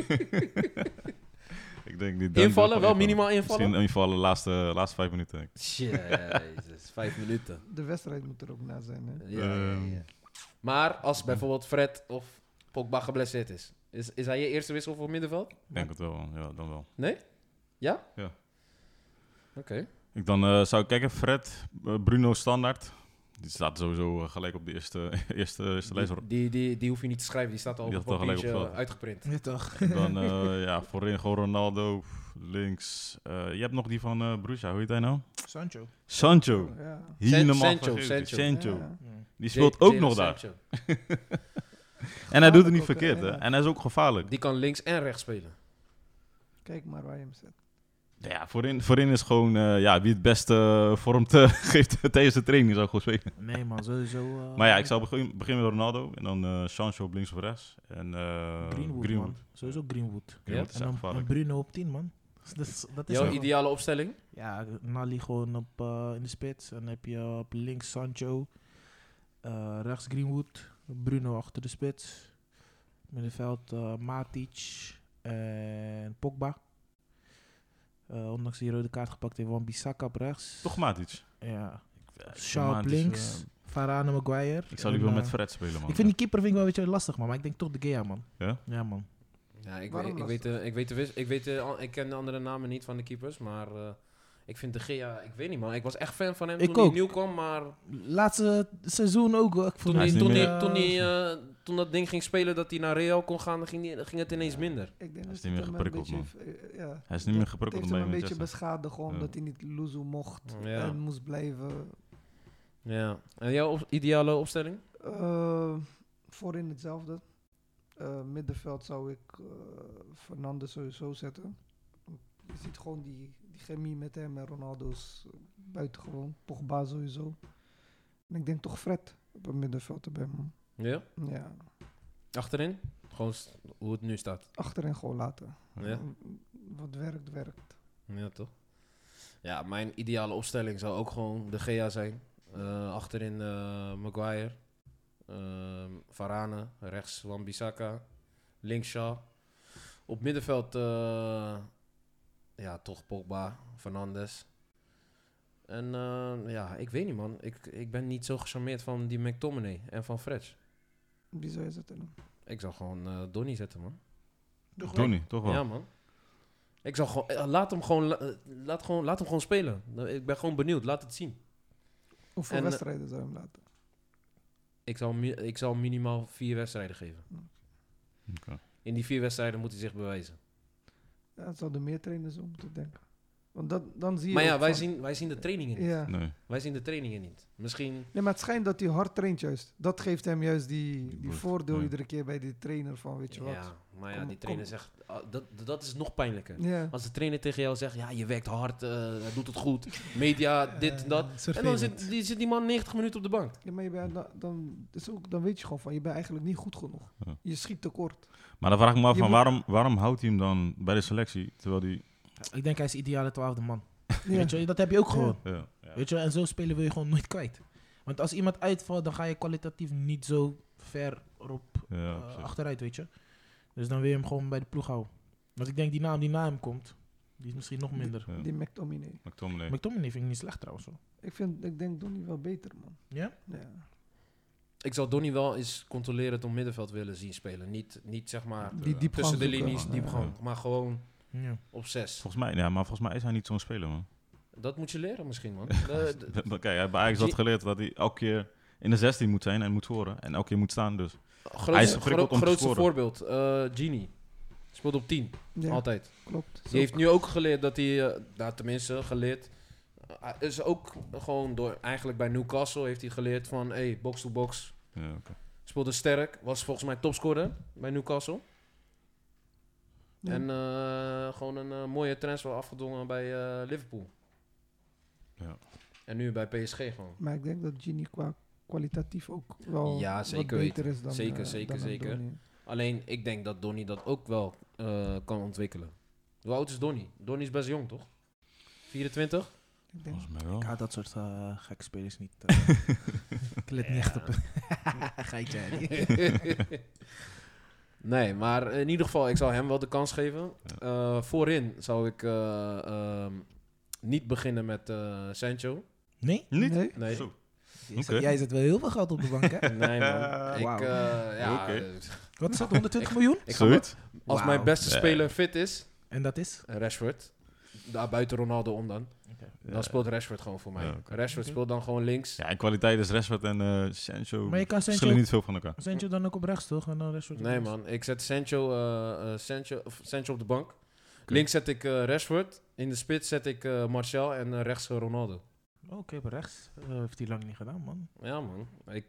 Ik denk niet. Invallen? Wel minimaal invallen? Misschien invallen de laatste 5 minuten. Denk ik. Jezus, 5 minuten. De wedstrijd moet er ook na zijn. Hè? Ja. Maar als bijvoorbeeld Fred of Pogba geblesseerd is hij je eerste wissel voor middenveld? Ik denk het wel, man. Ja, dan wel. Nee? Ja? Ja. Oké. Dan zou ik kijken, Fred, Bruno standaard. Die staat sowieso gelijk op de eerste lijst. Die hoef je niet te schrijven, die staat al op Die een had al gelijk papiertje op veld. uitgeprint. Ja, toch? Dan voorin gewoon Ronaldo, links. Je hebt nog die van Borussia, hoe heet hij nou? Sancho. Sancho. Ja. Helemaal Sancho. vergeten. Sancho. Ja. Die speelt Jadon ook nog daar. Sancho. En hij doet het niet Ook, verkeerd, hè? ja. En hij is ook gevaarlijk. Die kan links en rechts spelen. Kijk maar waar je hem zet. Ja, voorin is gewoon wie het beste vorm geeft tijdens de training, zou gewoon spelen. Nee, man, sowieso. Maar ja, ik zou beginnen met Ronaldo en dan Sancho op links of rechts. En Greenwood, man. Sowieso Greenwood. Greenwood is En echt dan gevaarlijk. Bruno op 10, man. Dat is Jouw wel- ideale opstelling? Ja, Nali gewoon in de spits. En dan heb je op links Sancho. Rechts Greenwood. Bruno achter de spits. Middenveld Matic en Pogba. Ondanks die rode kaart gepakt heeft, Wan-Bissaka op rechts. Toch Matic. Ja. Ik Shaw op Matic, links. Varane, Maguire. ik zou En, liever met Fred spelen, man. Ik vind die keeper vind ik wel een beetje lastig, man. Maar ik denk toch de Gea, man. Ja? Ja, man. Ja, ik Waarom ken de andere namen niet van de keepers, maar ik vind de Gea, ik weet niet man, ik was echt fan van hem Ik toen hij ook. nieuw kwam, maar Laatste seizoen ook, hoor. Ik vond toen, Hij is hij, niet toen, meer- hij, toen dat ding ging spelen dat hij naar Real kon gaan, dan ging het ineens minder. Ik denk Hij dat is niet meer het hem geprikkeld, een beetje, ja, Hij is niet meer het geprikkeld heeft bij hem een beetje Manchester. beschadigd, gewoon Ja. omdat hij niet Luzu mocht Ja. en moest blijven. Ja. En jouw ideale opstelling? Voorin hetzelfde. Middenveld zou ik Fernandes sowieso zetten. Je ziet gewoon die chemie met hem en Ronaldo is buitengewoon. Pogba sowieso. En ik denk toch Fred op het middenveld te hebben. Ja. Ja, Achterin? Gewoon hoe het nu staat. achterin gewoon laten. Ja. Wat werkt, werkt. Ja, toch? Ja, mijn ideale opstelling zou ook gewoon de Gea zijn. Achterin Maguire. Varane. Rechts Wan-Bissaka. Links Shaw. Op middenveld toch Pogba, Fernandes. En ik weet niet man. Ik ben niet zo gecharmeerd van die McTominay en van Fred. Wie zou je zetten dan? Ik zou gewoon Donny zetten man. Donny, toch wel? Ja man. Ik zou gewoon, laat hem gewoon spelen. Ik ben gewoon benieuwd, laat het zien. Hoeveel En, wedstrijden zou je hem laten? Ik zou minimaal 4 wedstrijden geven. Oké. In die 4 wedstrijden moet hij zich bewijzen. Ja, het zouden meer trainers om moeten denken. Want dan zie je Maar ja, ook wij zien de trainingen niet. Ja. Nee. Wij zien de trainingen niet. Misschien... Nee, maar het schijnt dat hij hard traint juist. Dat geeft hem juist die Goed, voordeel ja. iedere keer bij die trainer van weet je wat. Ja, maar ja, Kom- die trainer kom. zegt... dat is nog pijnlijker. Ja. Als de trainer tegen jou zegt... Ja, je werkt hard, hij doet het goed. Media, dit en dat. En dan zit die man 90 minuten op de bank. Ja, maar je bent, dan weet je gewoon van, je bent eigenlijk niet goed genoeg. Ja. Je schiet tekort. Maar dan vraag ik me af, Je van moet- waarom houdt hij hem dan bij de selectie? Terwijl die... Ik denk hij is ideale 12e man. Ja. Weet je, dat heb je ook gewoon. Ja. Weet je, en zo spelen wil je gewoon nooit kwijt. Want als iemand uitvalt, dan ga je kwalitatief niet zo ver precies. achteruit, weet je. Dus dan wil je hem gewoon bij de ploeg houden. Want ik denk die naam die na hem komt, die is misschien nog minder. Ja. Die McTominay. McTominay. McTominay vind ik niet slecht trouwens. Hoor. Ik denk Donny wel beter, man. Ja? Ja. Ik zou Donny wel eens controlerend op middenveld willen zien spelen. Niet zeg maar Die diepgang tussen de zoeken. linies, Ja. diepgang. Maar gewoon Ja. op 6. Volgens mij is hij niet zo'n speler, man. Dat moet je leren misschien, man. Kijk, hij heeft bij Ajax wat geleerd dat hij elke keer in de 16 moet zijn en moet scoren. En elke keer moet staan, dus. Hij is geprikkeld om te grootste scoren. voorbeeld, Gini. Speelt op 10, Ja, altijd. klopt. Die heeft nu ook geleerd dat hij, tenminste geleerd, is ook gewoon door, eigenlijk bij Newcastle heeft hij geleerd van, box to box. Ja, oké. Speelde sterk, was volgens mij topscorer bij Newcastle. Ja. En gewoon een mooie transfer afgedwongen bij Liverpool. Ja. En nu bij PSG gewoon. Maar ik denk dat Gini qua kwalitatief ook wel Ja, zeker wat beter is dan Zeker. Donny. Alleen, ik denk dat Donny dat ook wel kan ontwikkelen. Hoe oud is Donny? Donny is best jong, toch? 24? Ik denk, Volgens mij wel. Ik haat dat soort gekke spelers niet. Ik let niet echt op. Geitje. Nee, maar in ieder geval, ik zou hem wel de kans geven. Voorin zou ik niet beginnen met Sancho. Nee? Niet? Nee? Nee. Zo. Oké. Jij zet wel heel veel geld op de bank, hè? Nee, man. Wauw. Oké. Wat is dat, 120 miljoen? Ik ga Zoiets? als Wauw. mijn beste Ja. speler fit is, En dat is? Rashford. Daar buiten Ronaldo om dan. Dan speelt Rashford gewoon voor mij. Ja, oké. Rashford speelt dan gewoon links. Ja, in kwaliteit is Rashford en Sancho Maar je kan verschillen Sancho, niet veel van elkaar. Sancho dan ook op rechts, toch? En dan Rashford op Nee, links. man. Ik zet Sancho op de bank. Links zet ik Rashford. In de spits zet ik Martial en rechts Ronaldo. Oké, op rechts. Heeft hij lang niet gedaan, man. Ja, man.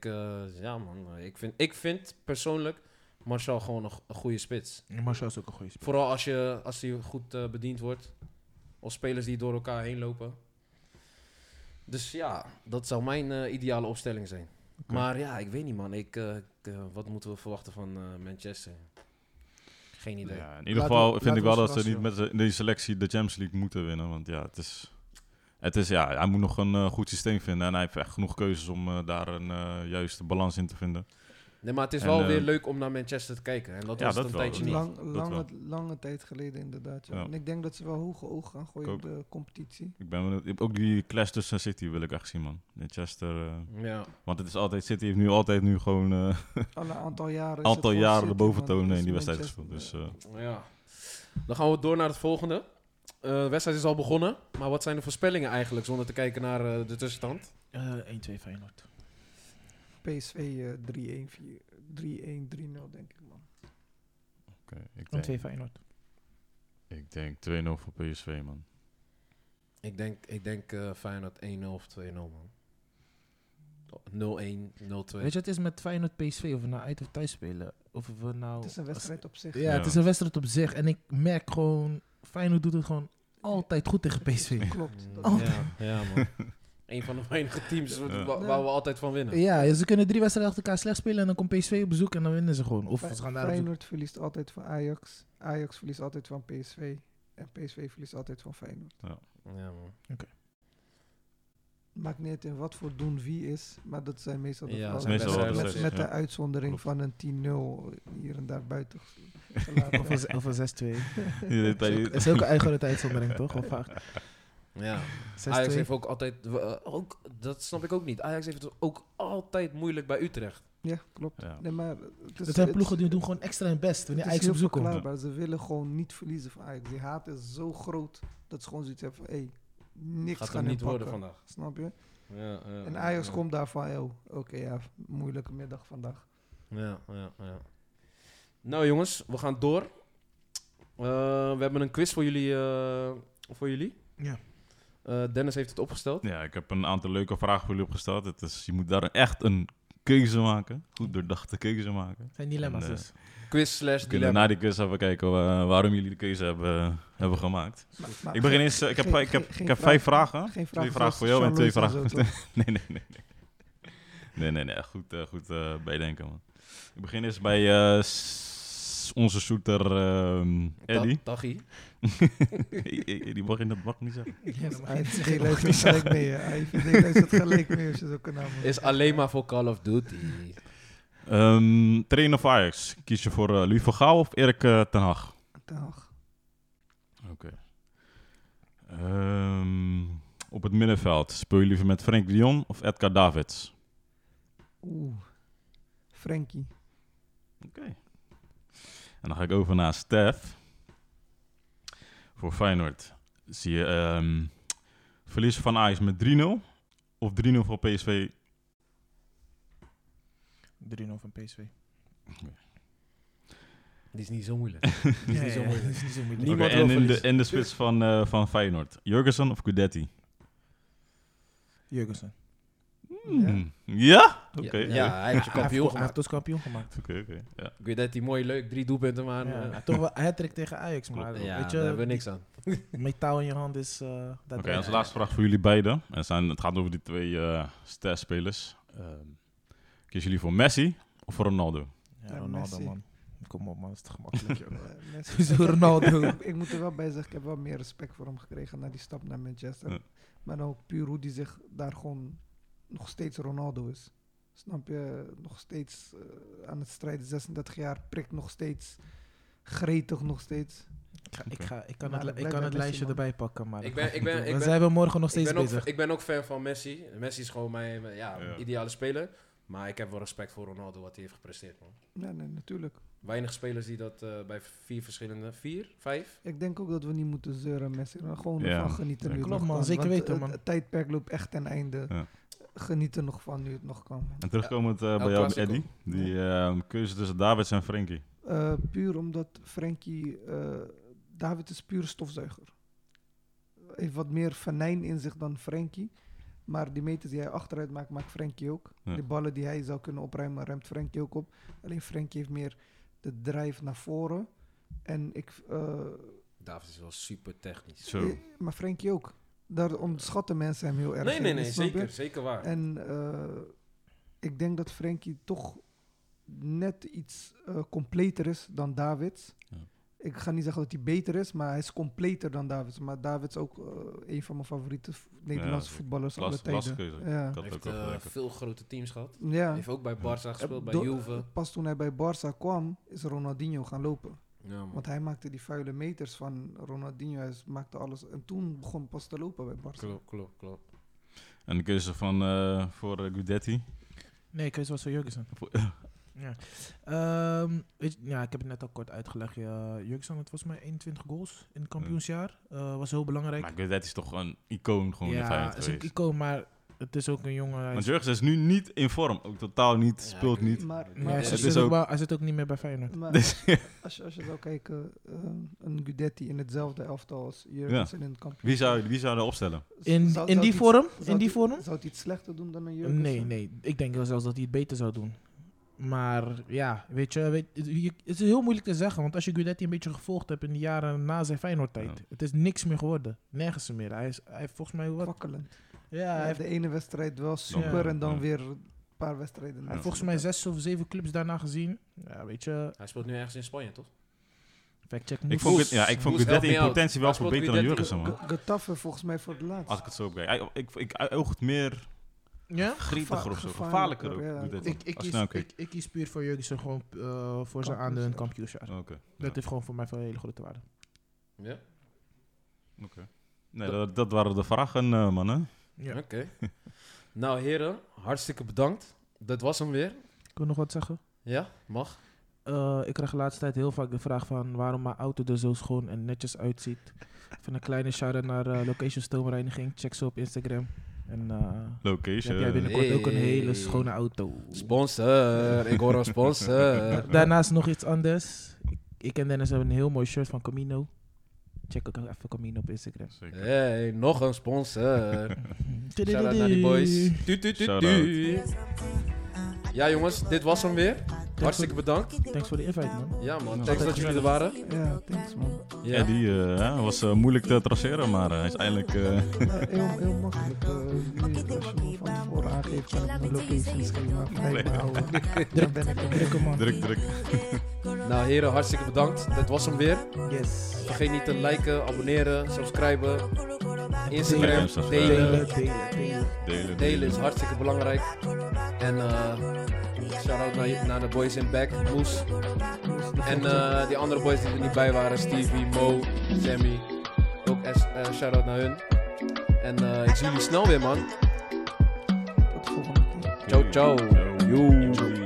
Ik vind persoonlijk Martial gewoon een goede spits. Martial is ook een goede speler. Vooral als hij goed bediend wordt. Of spelers die door elkaar heen lopen. Dus ja, dat zou mijn ideale opstelling zijn. Oké. Maar ja, ik weet niet, man. Wat moeten we verwachten van Manchester? Geen idee. Ja, in ieder Laten geval we- vind ik wel laten dat we ze ons niet met in deze selectie de Champions League moeten winnen. Want ja, hij moet nog een goed systeem vinden. En hij heeft echt genoeg keuzes om daar een juiste balans in te vinden. Nee, maar het is En, wel weer leuk om naar Manchester te kijken. En dat ja, was dat het een wel. tijdje niet. Lange tijd geleden inderdaad. Ja. Ja. En ik denk dat ze wel hoge ogen gaan gooien Ik op de competitie. Ik ben benieuwd. Ook die clash tussen City wil ik echt zien, man. Manchester. Ja. Want het is altijd, City heeft nu gewoon Alle aantal jaren. is het aantal gewoon jaren City, de boventoon man. in die Dus wedstrijd Manchester- gespeeld. Dus Ja. Dan gaan we door naar het volgende. De wedstrijd is al begonnen. Maar wat zijn de voorspellingen eigenlijk, zonder te kijken naar de tussenstand? 1-2 Feyenoord. PSV 3-1, 3-1, 3-0 denk ik, man. oké, 1-2 Feyenoord. ik denk 2-0 voor PSV, man. Ik denk Feyenoord 1-0 of 2-0, man. 0-1, 0-2. Weet je, het is met Feyenoord PSV, of we nou uit of thuis spelen. Of we nou... Het is een wedstrijd op zich. Ja, het is een wedstrijd op zich. En ik merk gewoon, Feyenoord doet het gewoon altijd goed tegen PSV. Klopt. Ja, man. Een van de weinige teams Ja. waar we altijd van winnen. Ja, ze kunnen 3 wedstrijden achter elkaar slecht spelen en dan komt PSV op bezoek en dan winnen ze gewoon. Of ze gaan daar op zoek. Feyenoord verliest altijd van Ajax. Ajax verliest altijd van PSV. En PSV verliest altijd van Feyenoord. Ja, man. Maakt niet uit in wat voor doen wie is. Maar dat zijn meestal de Ja, gevallen. meestal wel de met, wedstrijd, met de ja. uitzondering Klopt. van een 10-0 hier en daar buiten gelaten. Of een 6-2. Die- Dat is ook een eigen uitzondering, toch? Of vaak. Ja. 6-2. Ajax heeft ook altijd... dat snap ik ook niet. Ajax heeft het ook altijd moeilijk bij Utrecht. Ja, klopt. Ja. Nee, maar Dat zijn ploegen die doen gewoon extra hun best wanneer Het is Ajax op heel bezoek komt. verklaarbaar. Ze willen gewoon niet verliezen van Ajax. Die haat is zo groot dat ze gewoon zoiets hebben van... Hey, niks Gaat gaan hem hun niet worden pakken. vandaag. Snap je? Ja, En Ajax komt daarvan... Oké, ja, moeilijke middag vandaag. Ja. Nou jongens, we gaan door. We hebben een quiz voor jullie. Ja. Dennis heeft het opgesteld. Ja, ik heb een aantal leuke vragen voor jullie opgesteld. Het is, je moet daar echt een keuze maken. Goed doordachte keuze maken. Het zijn dilemma's En, dus. Quiz / We kunnen dilemma. na die quiz even kijken waarom jullie de keuze hebben gemaakt. Maar Ik begin eens. Ik heb geen 5 vragen. Geen 2 vragen vragen voor jou en 2 zoals vragen Charlotte voor... en zo, toch? Nee. Goed bijdenken, man. Ik begin eens bij onze shooter Eddie. Tachi. Die mag niet zeggen. IVD luistert gelijk mee. IVD luistert gelijk mee als je zo'n naam hebt. Is alleen maar voor Call of Duty. Trainer of Ajax. Kies je voor Louis van Gaal of Erik ten Hag? Ten Hag. Oké. Op het middenveld. Speel je liever met Frank de Jong of Edgar Davids? Frenkie. Oké. En dan ga ik over naar Stef. Voor Feyenoord. Zie je verlies van Ajax met 3-0 of 3-0 voor PSV? 3-0 van PSV. Die is niet zo moeilijk. Ja, niet zo moeilijk. dat is niet zo moeilijk. Niemand Oké, wil en verliezen. in de spits van Feyenoord. Jurgensen of Gudetti? Jurgensen. Ja? Oké. Ja, hij heeft je kampioen Hij heeft gemaakt. ons kampioen gemaakt. Oké. Ja. Ik weet dat hij mooi leuk 3 doelpunten, maar... Ja, hij had toch wel hat-trick tegen Ajax, maar ja, weet daar hebben we je, niks aan. metaal in je hand is... Oké, en als laatste vraag voor jullie beiden. Het gaat over die 2 sterspelers. Kiezen jullie voor Messi of voor Ronaldo? Ja, Ronaldo, Messi. man. Kom op, man. Dat is te gemakkelijk, joh. Messi. Zo Ronaldo. Ik moet er wel bij zeggen, ik heb wel meer respect voor hem gekregen na die stap naar Manchester. Ja. Maar dan ook puur hoe die zich daar gewoon nog steeds Ronaldo is. Snap je? Nog steeds aan het strijden, 36 jaar, prikt nog steeds, gretig nog steeds. Ik kan Maar het, dat ik blijft kan bij het lijstje Messi, man. erbij pakken, maar... Ik zijn we morgen nog ik steeds ben bezig. ik ben ook fan van Messi. Messi is gewoon mijn Ja. ideale speler. Maar ik heb wel respect voor Ronaldo, wat hij heeft gepresteerd, man. Nee, natuurlijk. Weinig spelers die dat bij 5? Ik denk ook dat we niet moeten zeuren, Messi. Maar gewoon Ja. ervan genieten nu het Klopt, nog man. kan. Zeker Want weten, man. Het tijdperk loopt echt ten einde. Ja. Geniet er nog van nu het nog kan. Man. En terugkomend bij El jou, Clasico. Eddie. Die keuze tussen Davids en Frenkie. Puur omdat Frenkie... David is puur stofzuiger. Heeft wat meer venijn in zich dan Frenkie. Maar die meters die hij achteruit maakt, maakt Frenkie ook. Ja. De ballen die hij zou kunnen opruimen, ruimt Frenkie ook op. Alleen Frenkie heeft meer de drive naar voren. En David is wel super technisch. Zo. maar Frenkie ook. Daar onderschatten mensen hem heel erg. Nee, in, snap je? zeker waar. En ik denk dat Frenkie toch net iets completer is dan Davids. Ja. Ik ga niet zeggen dat hij beter is, maar hij is completer dan Davids. Maar Davids is ook een van mijn favoriete Nederlandse Ja, voetballers alle lastige tijden. keuze. Ja. Ik had Hij ook heeft wel gelijk. veel grote teams gehad. Ja. Hij heeft ook bij Barça gespeeld, bij Do- Juve. Pas toen hij bij Barça kwam, is Ronaldinho gaan lopen. Ja, man. Want hij maakte die vuile meters van Ronaldinho. Hij maakte alles. En toen begon pas te lopen bij Barça. Klopt. En de keuze van voor Guidetti. Nee, keuze was voor Jurgensen. Ja. Weet je, ja, ik heb het net al kort uitgelegd. Jurgensen had volgens mij 21 goals in het kampioensjaar. Was heel belangrijk. Maar Guidetti is toch een icoon gewoon in Feyenoord Ja, is een geweest. icoon, maar het is ook een jongen... hij Want is- Jurgensen is nu niet in vorm. Ook totaal niet, Ja, speelt ik- niet. Maar, Nee, maar, hij, het zit is ook ook- wel- hij zit ook niet meer bij Feyenoord. maar Dus- als je zou kijken, een Guidetti in hetzelfde elftal als Jurgensen in het kampioen. wie zou er opstellen? In die vorm? In die vorm? Zou het iets slechter doen dan een Jurgensen? Nee. Ik denk wel zelfs dat hij het beter zou doen. Maar ja, weet je, het is heel moeilijk te zeggen. Want als je Guidetti een beetje gevolgd hebt in de jaren na zijn Feyenoord-tijd. Ja. Het is niks meer geworden. Nergens meer. Hij heeft volgens mij wat... Kwakkelend. Ja, hij heeft, de ene wedstrijd wel super Ja. en dan Ja. weer een paar wedstrijden. hij niet. heeft volgens mij 6 of 7 clubs daarna gezien. Ja, weet je, Hij speelt nu ergens in Spanje, toch? factcheck Ik moet. vond Boes, Guidetti help in me out. potentie wel Waar veel speelt beter dan Guidetti? Jurgensen, man. Getafe volgens mij voor de laatste. Als ik het zo bekijk. Ik oogt meer Ja? gretig of zo. Gevaarlijker, Gevaarlijker ook. ja. Guidetti. Ik Als je nou kies, kijkt. ik kies puur voor Jurgensen gewoon voor zijn aandeel in het kampioensjaar. Oké. Dat heeft gewoon voor mij veel hele grote waarde. Ja. Nee, dat waren de vragen, mannen. Ja. Oké. Nou, heren, hartstikke bedankt. Dat was hem weer. Kun je nog wat zeggen? Ja, mag. Ik krijg de laatste tijd heel vaak de vraag van waarom mijn auto er zo schoon en netjes uitziet. Van een kleine shout-out naar Location Stoomreiniging. Check ze op Instagram. En dan Location. heb jij binnenkort ook een Hey. hele schone auto. Sponsor. Ik hoor een sponsor. Daarnaast nog iets anders. Ik en Dennis hebben een heel mooi shirt van Camino. Check ook even Camino op Instagram. Zeker. Hey, nog een sponsor. Shout-out naar die boys. Shout-out. Ja, jongens, dit was hem weer. Hartstikke bedankt. Thanks voor de invite, man. Ja, man. Ja. Thanks dat jullie er waren. Ja, thanks man. Ja. Eddie was moeilijk te traceren, maar hij is eindelijk... Heel makkelijk. Nu, als je me van tevoren aangeeft, kan ik mijn location schema vrij behouden. Dan ben ik er. Drukke man. druk. Nou, heren, hartstikke bedankt. Dit was hem weer. Yes. Vergeet niet te liken, abonneren, subscriben. Instagram, Delen, delen. Delen is hartstikke belangrijk. En shout-out naar de boys in back, Moes. En die andere boys die er niet bij waren, Stevie, Mo, Sammy. Ook shout-out naar hun. En ik zie jullie snel weer, man. Tot de volgende keer. Ciao, ciao. Yo.